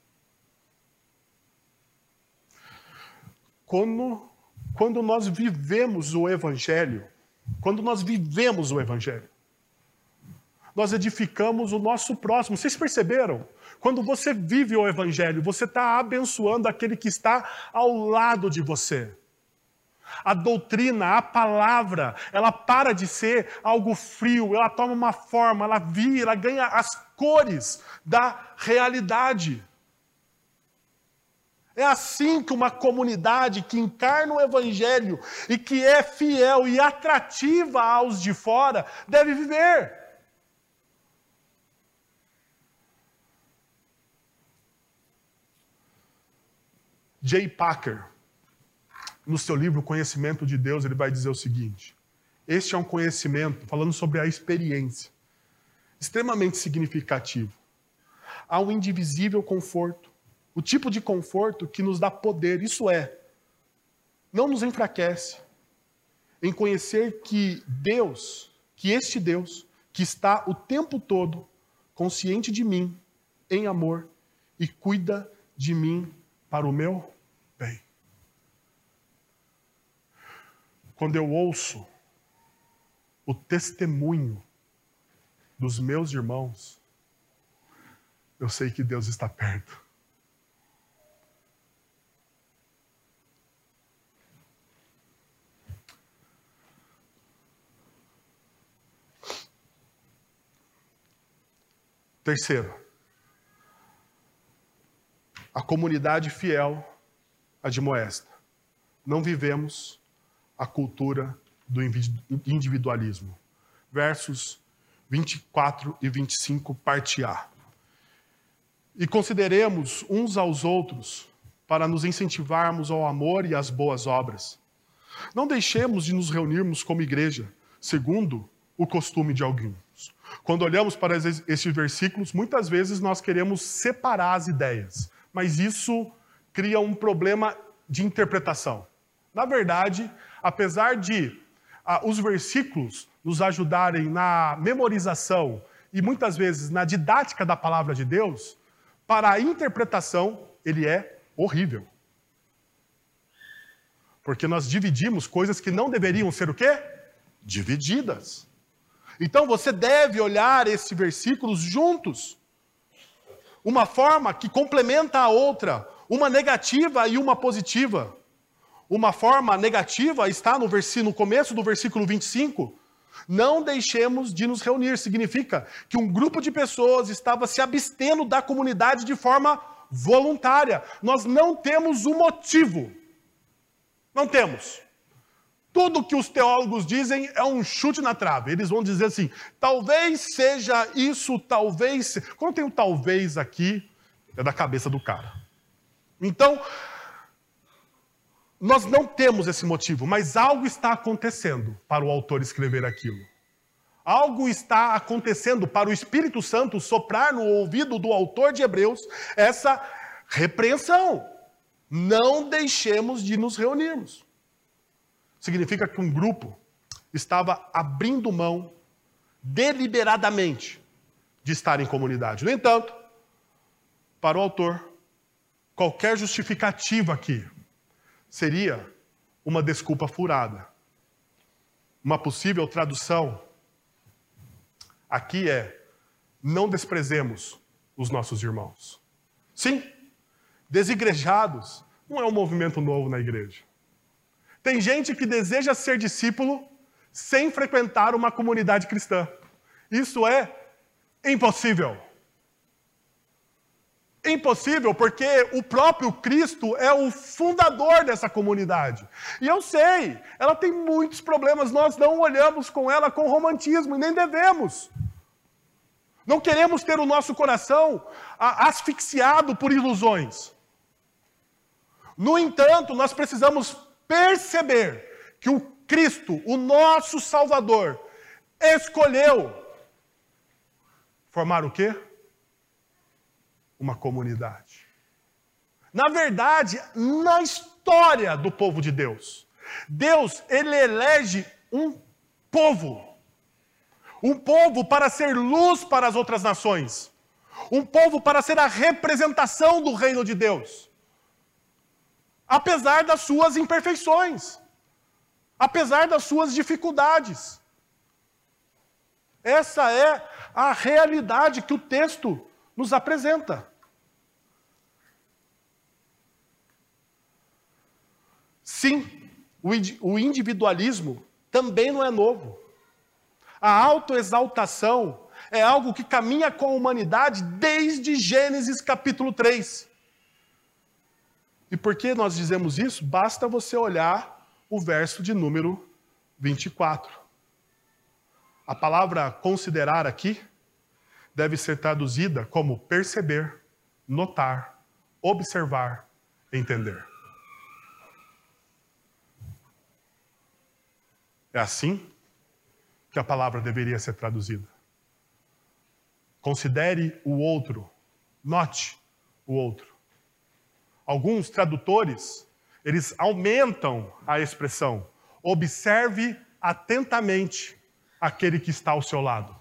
Quando nós vivemos o Evangelho, nós edificamos o nosso próximo. Vocês perceberam? Quando você vive o Evangelho, você está abençoando aquele que está ao lado de você. A doutrina, a palavra, ela para de ser algo frio, ela toma uma forma, ela vira, ela ganha as cores da realidade. É assim que uma comunidade que encarna o Evangelho e que é fiel e atrativa aos de fora deve viver. J. Packer, no seu livro Conhecimento de Deus, ele vai dizer o seguinte: este é um conhecimento, falando sobre a experiência, extremamente significativo. Há um indivisível conforto, o tipo de conforto que nos dá poder, isso é, não nos enfraquece, em conhecer que Deus, que este Deus, que está o tempo todo consciente de mim, em amor, e cuida de mim para o meu bem. Quando eu ouço o testemunho dos meus irmãos, eu sei que Deus está perto. Terceiro, a comunidade fiel admoesta: não vivemos a cultura do individualismo. Versos 24 e 25, parte A. E consideremos uns aos outros para nos incentivarmos ao amor e às boas obras. Não deixemos de nos reunirmos como igreja, segundo o costume de alguns. Quando olhamos para esses versículos, muitas vezes nós queremos separar as ideias, mas isso cria um problema de interpretação. Na verdade, apesar de os versículos nos ajudarem na memorização e muitas vezes na didática da palavra de Deus, para a interpretação ele é horrível. Porque nós dividimos coisas que não deveriam ser o quê? Divididas. Então você deve olhar esses versículos juntos. Uma forma que complementa a outra, uma negativa e uma positiva. Uma forma negativa está no começo do versículo 25. Não deixemos de nos reunir. Significa que um grupo de pessoas estava se abstendo da comunidade de forma voluntária. Nós não temos um motivo. Não temos. Tudo que os teólogos dizem é um chute na trave. Eles vão dizer assim, talvez seja isso, talvez... Quando tem um talvez aqui, é da cabeça do cara. Então, nós não temos esse motivo, mas algo está acontecendo para o autor escrever aquilo. Algo está acontecendo para o Espírito Santo soprar no ouvido do autor de Hebreus essa repreensão. Não deixemos de nos reunirmos. Significa que um grupo estava abrindo mão deliberadamente de estar em comunidade. No entanto, para o autor, qualquer justificativa aqui seria uma desculpa furada. Uma possível tradução aqui é: não desprezemos os nossos irmãos. Sim, desigrejados não é um movimento novo na igreja. Tem gente que deseja ser discípulo sem frequentar uma comunidade cristã. Isso é impossível. Impossível porque o próprio Cristo é o fundador dessa comunidade. E eu sei, ela tem muitos problemas, nós não olhamos com ela com romantismo e nem devemos. Não queremos ter o nosso coração asfixiado por ilusões. No entanto, nós precisamos perceber que o Cristo, o nosso Salvador, escolheu formar o quê? Uma comunidade. Na verdade, na história do povo de Deus, Deus, ele elege um povo. Um povo para ser luz para as outras nações. Um povo para ser a representação do reino de Deus. Apesar das suas imperfeições. Apesar das suas dificuldades. Essa é a realidade que o texto nos apresenta. Sim, o individualismo também não é novo. A autoexaltação é algo que caminha com a humanidade desde Gênesis capítulo 3. E por que nós dizemos isso? Basta você olhar o verso de número 24. A palavra considerar aqui deve ser traduzida como perceber, notar, observar, entender. É assim que a palavra deveria ser traduzida. Considere o outro, note o outro. Alguns tradutores, eles aumentam a expressão, observe atentamente aquele que está ao seu lado.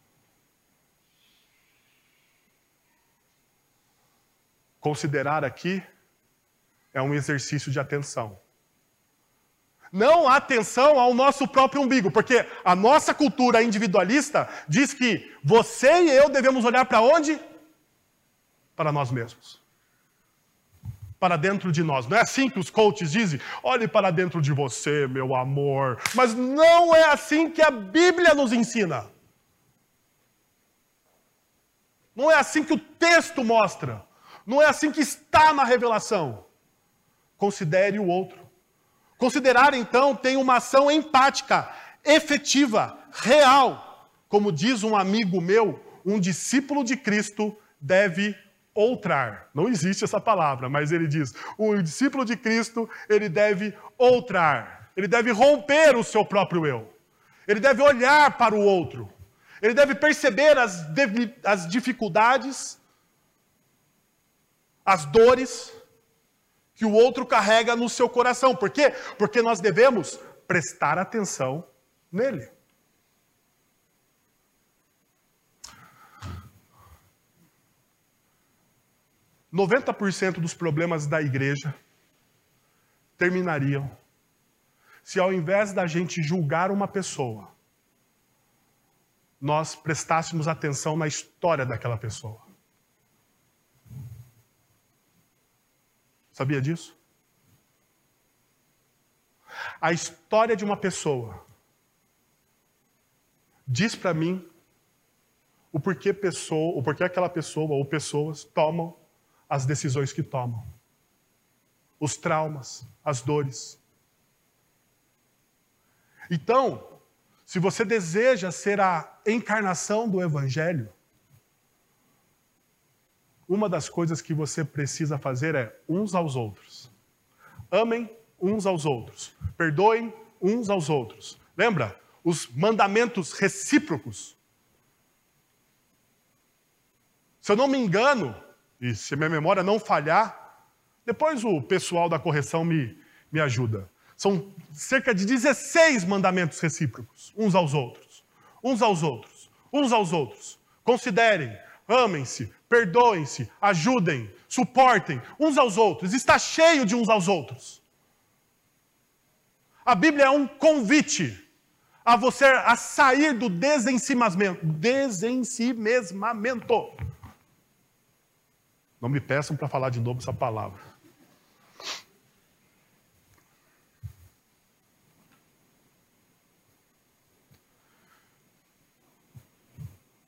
Considerar aqui é um exercício de atenção. Não atenção ao nosso próprio umbigo, porque a nossa cultura individualista diz que você e eu devemos olhar para onde? Para nós mesmos. Para dentro de nós. Não é assim que os coaches dizem? Olhe para dentro de você, meu amor. Mas não é assim que a Bíblia nos ensina. Não é assim que o texto mostra. Não é assim que está na revelação. Considere o outro. Considerar, então, tem uma ação empática, efetiva, real. Como diz um amigo meu, um discípulo de Cristo deve outrar. Não existe essa palavra, mas ele diz, um discípulo de Cristo, ele deve outrar. Ele deve romper o seu próprio eu. Ele deve olhar para o outro. Ele deve perceber as dificuldades, as dores que o outro carrega no seu coração. Por quê? Porque nós devemos prestar atenção nele. % dos problemas da igreja terminariam se ao invés da gente julgar uma pessoa, nós prestássemos atenção na história daquela pessoa. Sabia disso? A história de uma pessoa diz para mim o porquê aquela pessoa ou pessoas tomam as decisões que tomam. Os traumas, as dores. Então, se você deseja ser a encarnação do Evangelho, uma das coisas que você precisa fazer é uns aos outros. Amem uns aos outros. Perdoem uns aos outros. Lembra? Os mandamentos recíprocos. Se eu não me engano, e se minha memória não falhar, depois o pessoal da correção me ajuda. São cerca de 16 mandamentos recíprocos. Uns aos outros. Uns aos outros. Uns aos outros. Considerem. Amem-se, perdoem-se, ajudem, suportem uns aos outros. Está cheio de uns aos outros. A Bíblia é um convite a você a sair do desensimesmamento. Não me peçam para falar de novo essa palavra.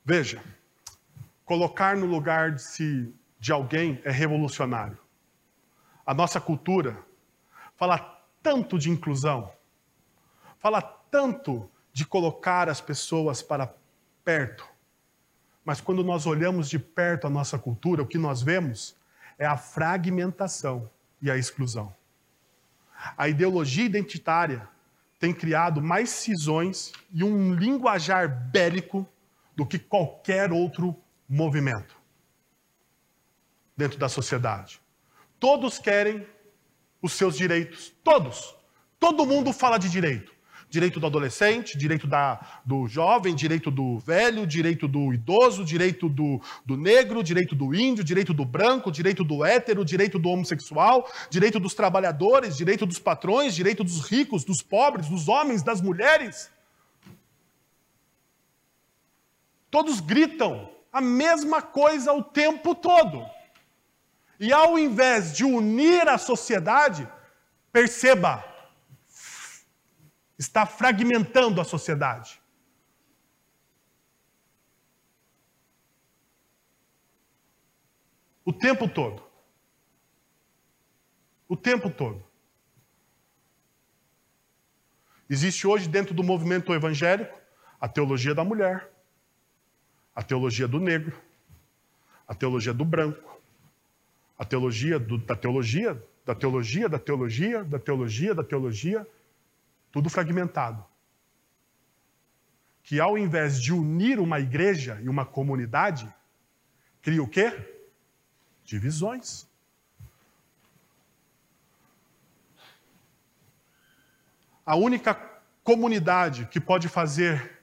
Veja, colocar no lugar de alguém é revolucionário. A nossa cultura fala tanto de inclusão, fala tanto de colocar as pessoas para perto. Mas quando nós olhamos de perto a nossa cultura, o que nós vemos é a fragmentação e a exclusão. A ideologia identitária tem criado mais cisões e um linguajar bélico do que qualquer outro movimento dentro da sociedade. Todos querem os seus direitos, todos. Todo mundo fala de direito. Direito do adolescente, direito do jovem, direito do velho, direito do idoso, direito do negro, direito do índio, direito do branco, direito do hétero, direito do homossexual, direito dos trabalhadores, direito dos patrões, direito dos ricos, dos pobres, dos homens, das mulheres. Todos gritam a mesma coisa o tempo todo. E ao invés de unir a sociedade, perceba, está fragmentando a sociedade. O tempo todo. O tempo todo. Existe hoje dentro do movimento evangélico a teologia da mulher, a teologia do negro, a teologia do branco, a teologia da teologia, da teologia, da teologia, da teologia, da teologia, tudo fragmentado. Que ao invés de unir uma igreja e uma comunidade, cria o quê? Divisões. A única comunidade que pode fazer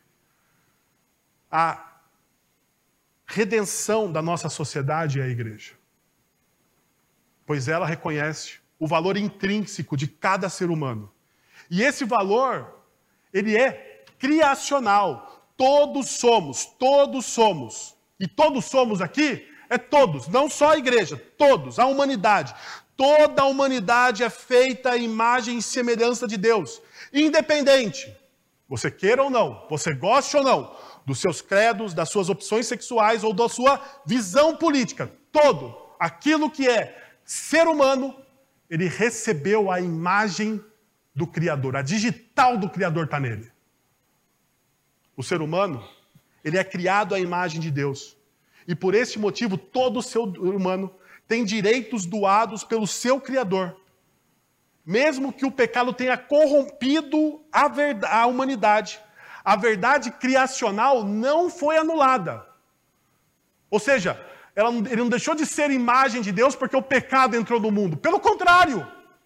a redenção da nossa sociedade é a igreja. Pois ela reconhece o valor intrínseco de cada ser humano. E esse valor, ele é criacional. Todos somos. E todos somos aqui, é todos, não só a igreja, todos, a humanidade. Toda a humanidade é feita à imagem e semelhança de Deus. Independente, você queira ou não, você goste ou não, dos seus credos, das suas opções sexuais ou da sua visão política. Todo aquilo que é ser humano, ele recebeu a imagem do Criador. A digital do Criador está nele. O ser humano, ele é criado à imagem de Deus. E por esse motivo, todo ser humano tem direitos doados pelo seu Criador. Mesmo que o pecado tenha corrompido a humanidade, a verdade criacional não foi anulada. Ou seja, ele não deixou de ser imagem de Deus porque o pecado entrou no mundo. Pelo contrário.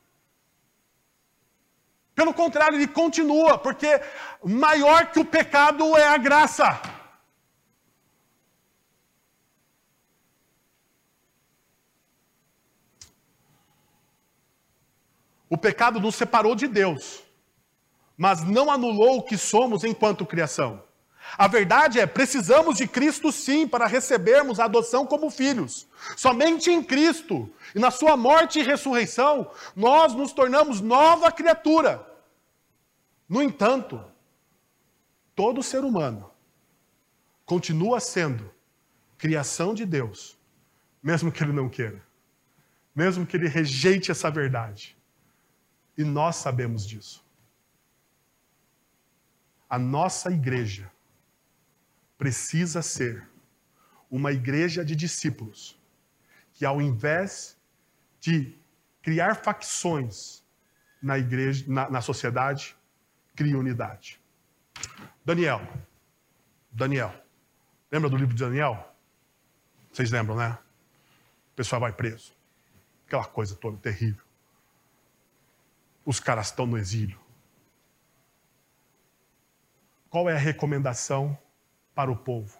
Pelo contrário, ele continua, porque maior que o pecado é a graça. O pecado nos separou de Deus, mas não anulou o que somos enquanto criação. A verdade é, precisamos de Cristo sim para recebermos a adoção como filhos. Somente em Cristo e na sua morte e ressurreição, nós nos tornamos nova criatura. No entanto, todo ser humano continua sendo criação de Deus, mesmo que ele não queira, mesmo que ele rejeite essa verdade. E nós sabemos disso. A nossa igreja precisa ser uma igreja de discípulos que, ao invés de criar facções na igreja, na sociedade, cria unidade. Daniel. Lembra do livro de Daniel? Vocês lembram, né? O pessoal vai preso. Aquela coisa toda terrível. Os caras estão no exílio. Qual é a recomendação para o povo?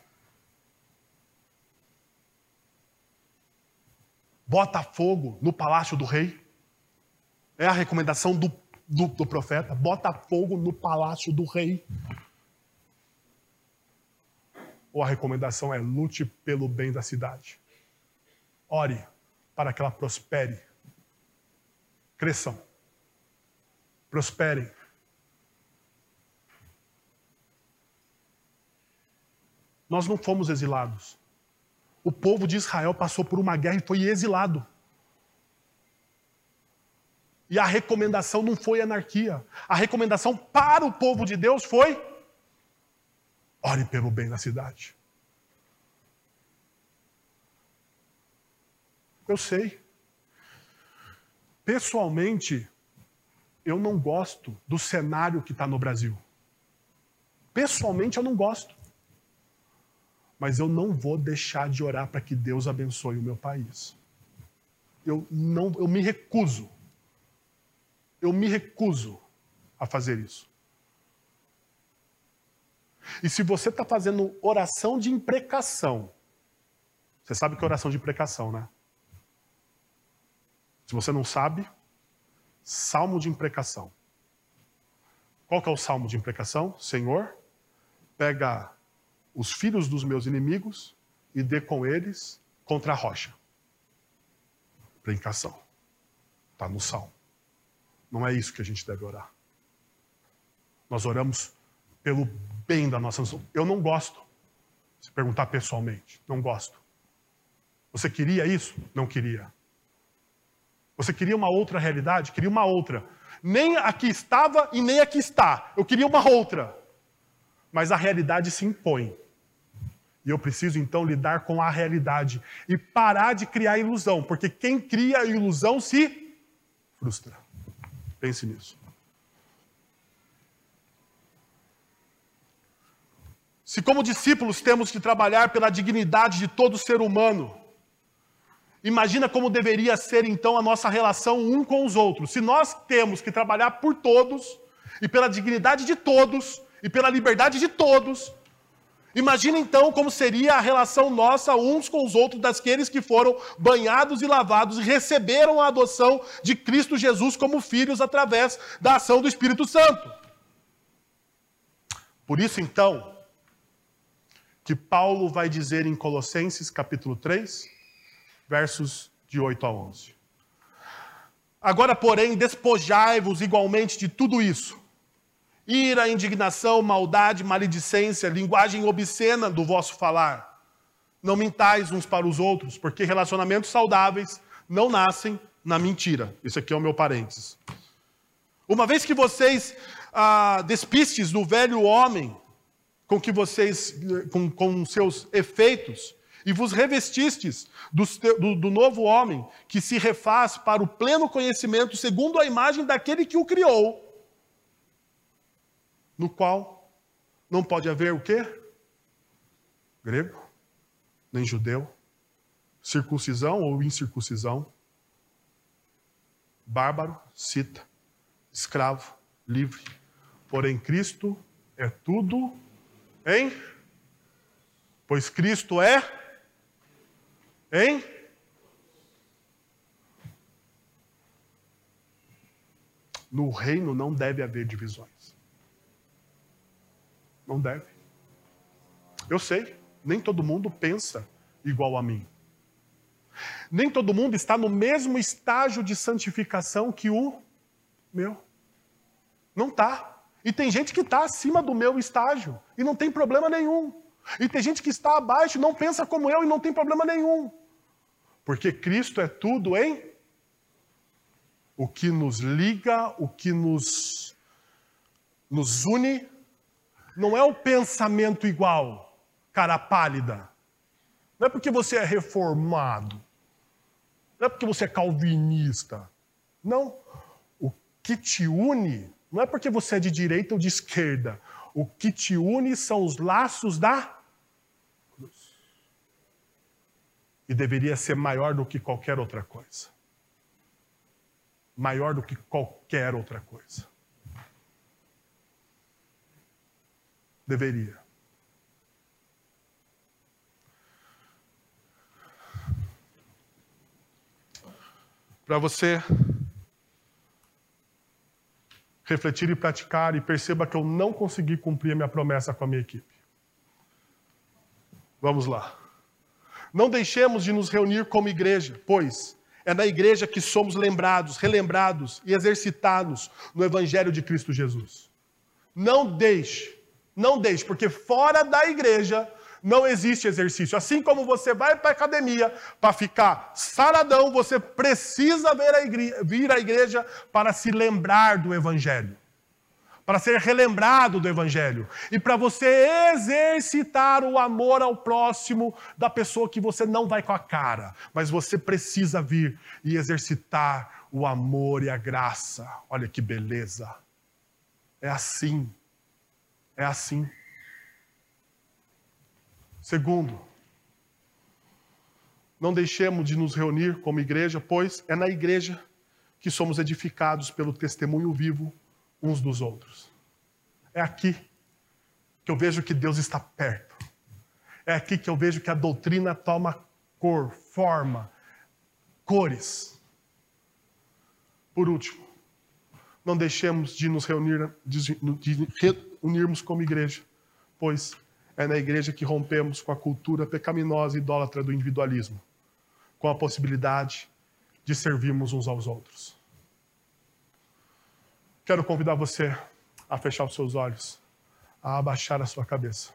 Bota fogo no palácio do rei. É a recomendação do profeta. Bota fogo no palácio do rei. Ou a recomendação é lute pelo bem da cidade. Ore para que ela prospere. Cresçam. Prosperem. Nós não fomos exilados. O povo de Israel passou por uma guerra e foi exilado. E a recomendação não foi anarquia. A recomendação para o povo de Deus foi: ore pelo bem da cidade. Eu sei. Pessoalmente, eu não gosto do cenário que está no Brasil. Pessoalmente, eu não gosto. Mas eu não vou deixar de orar para que Deus abençoe o meu país. Eu me recuso. Eu me recuso a fazer isso. E se você está fazendo oração de imprecação, você sabe que é oração de imprecação, né? Se você não sabe, salmo de imprecação. Qual que é o salmo de imprecação? Senhor, pega os filhos dos meus inimigos e dê com eles contra a rocha. Imprecação. Está no salmo. Não é isso que a gente deve orar. Nós oramos pelo bem da nossa nação. Eu não gosto. Se perguntar pessoalmente, não gosto. Você queria isso? Não queria. Você queria uma outra realidade? Queria uma outra. Nem aqui estava e nem aqui está. Eu queria uma outra. Mas a realidade se impõe. E eu preciso, então, lidar com a realidade. E parar de criar ilusão. Porque quem cria a ilusão se frustra. Pense nisso. Se como discípulos temos que trabalhar pela dignidade de todo ser humano, imagina como deveria ser, então, a nossa relação um com os outros. Se nós temos que trabalhar por todos, e pela dignidade de todos, e pela liberdade de todos, imagina, então, como seria a relação nossa uns com os outros, daqueles que foram banhados e lavados e receberam a adoção de Cristo Jesus como filhos através da ação do Espírito Santo. Por isso, então, que Paulo vai dizer em Colossenses, capítulo 3, versos de 8 a 11. Agora, porém, despojai-vos igualmente de tudo isso: ira, indignação, maldade, maledicência, linguagem obscena do vosso falar. Não mintais uns para os outros, porque relacionamentos saudáveis não nascem na mentira. Isso aqui é o meu parênteses. Uma vez que vocês despistes do velho homem com que vocês, com seus efeitos, e vos revestistes do novo homem, que se refaz para o pleno conhecimento, segundo a imagem daquele que o criou, no qual não pode haver o quê? Grego, nem judeu, circuncisão ou incircuncisão, bárbaro, cita, escravo, livre. Porém, Cristo é tudo, hein? Pois Cristo é, hein? No reino não deve haver divisões. Não deve. Eu sei, nem todo mundo pensa igual a mim. Nem todo mundo está no mesmo estágio de santificação que o meu. Não está. E tem gente que está acima do meu estágio e não tem problema nenhum. E tem gente que está abaixo e não pensa como eu e não tem problema nenhum. Porque Cristo é tudo, hein? O que nos liga, o que nos une, não é o pensamento igual, cara pálida. Não é porque você é reformado. Não é porque você é calvinista. Não. O que te une não é porque você é de direita ou de esquerda. O que te une são os laços da cruz. E deveria ser maior do que qualquer outra coisa. Maior do que qualquer outra coisa. Deveria. Para você refletir e praticar, e perceba que eu não consegui cumprir a minha promessa com a minha equipe. Vamos lá. Não deixemos de nos reunir como igreja, pois é na igreja que somos lembrados, relembrados e exercitados no Evangelho de Cristo Jesus. Não deixe, porque fora da igreja Não existe exercício. Assim como você vai para a academia para ficar saradão, você precisa vir à igreja para se lembrar do Evangelho. Para ser relembrado do Evangelho. E para você exercitar o amor ao próximo da pessoa que você não vai com a cara. Mas você precisa vir e exercitar o amor e a graça. Olha que beleza. É assim. É assim. Segundo, não deixemos de nos reunir como igreja, pois é na igreja que somos edificados pelo testemunho vivo uns dos outros. É aqui que eu vejo que Deus está perto. É aqui que eu vejo que a doutrina toma cor, forma, cores. Por último, não deixemos de nos reunirmos como igreja, pois é na igreja que rompemos com a cultura pecaminosa e idólatra do individualismo, com a possibilidade de servirmos uns aos outros. Quero convidar você a fechar os seus olhos, a abaixar a sua cabeça.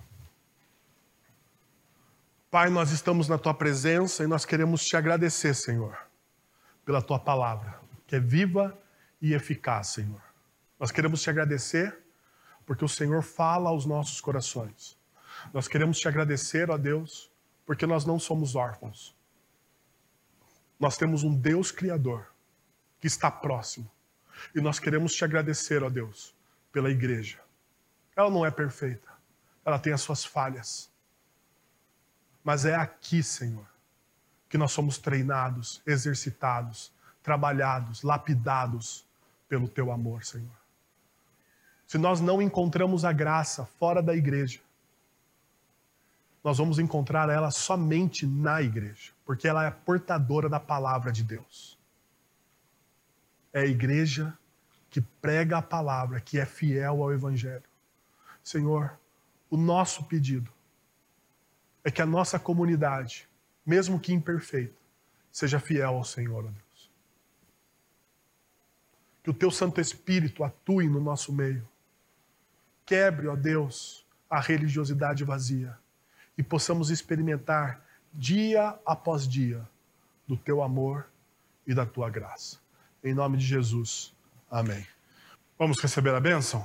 Pai, nós estamos na Tua presença e nós queremos Te agradecer, Senhor, pela Tua palavra, que é viva e eficaz, Senhor. Nós queremos Te agradecer porque o Senhor fala aos nossos corações. Nós queremos Te agradecer, ó Deus, porque nós não somos órfãos. Nós temos um Deus Criador que está próximo. E nós queremos Te agradecer, ó Deus, pela igreja. Ela não é perfeita. Ela tem as suas falhas. Mas é aqui, Senhor, que nós somos treinados, exercitados, trabalhados, lapidados pelo Teu amor, Senhor. Se nós não encontramos a graça fora da igreja, nós vamos encontrar ela somente na igreja, porque ela é portadora da palavra de Deus. É a igreja que prega a palavra, que é fiel ao Evangelho. Senhor, o nosso pedido é que a nossa comunidade, mesmo que imperfeita, seja fiel ao Senhor, ó Deus. Que o Teu Santo Espírito atue no nosso meio. Quebre, ó Deus, a religiosidade vazia. E possamos experimentar dia após dia do Teu amor e da Tua graça. Em nome de Jesus. Amém. Vamos receber a bênção?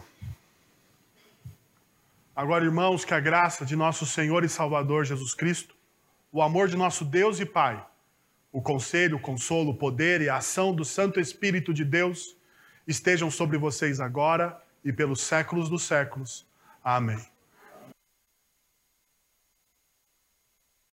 Agora, irmãos, que a graça de nosso Senhor e Salvador Jesus Cristo, o amor de nosso Deus e Pai, o conselho, o consolo, o poder e a ação do Santo Espírito de Deus estejam sobre vocês agora e pelos séculos dos séculos. Amém.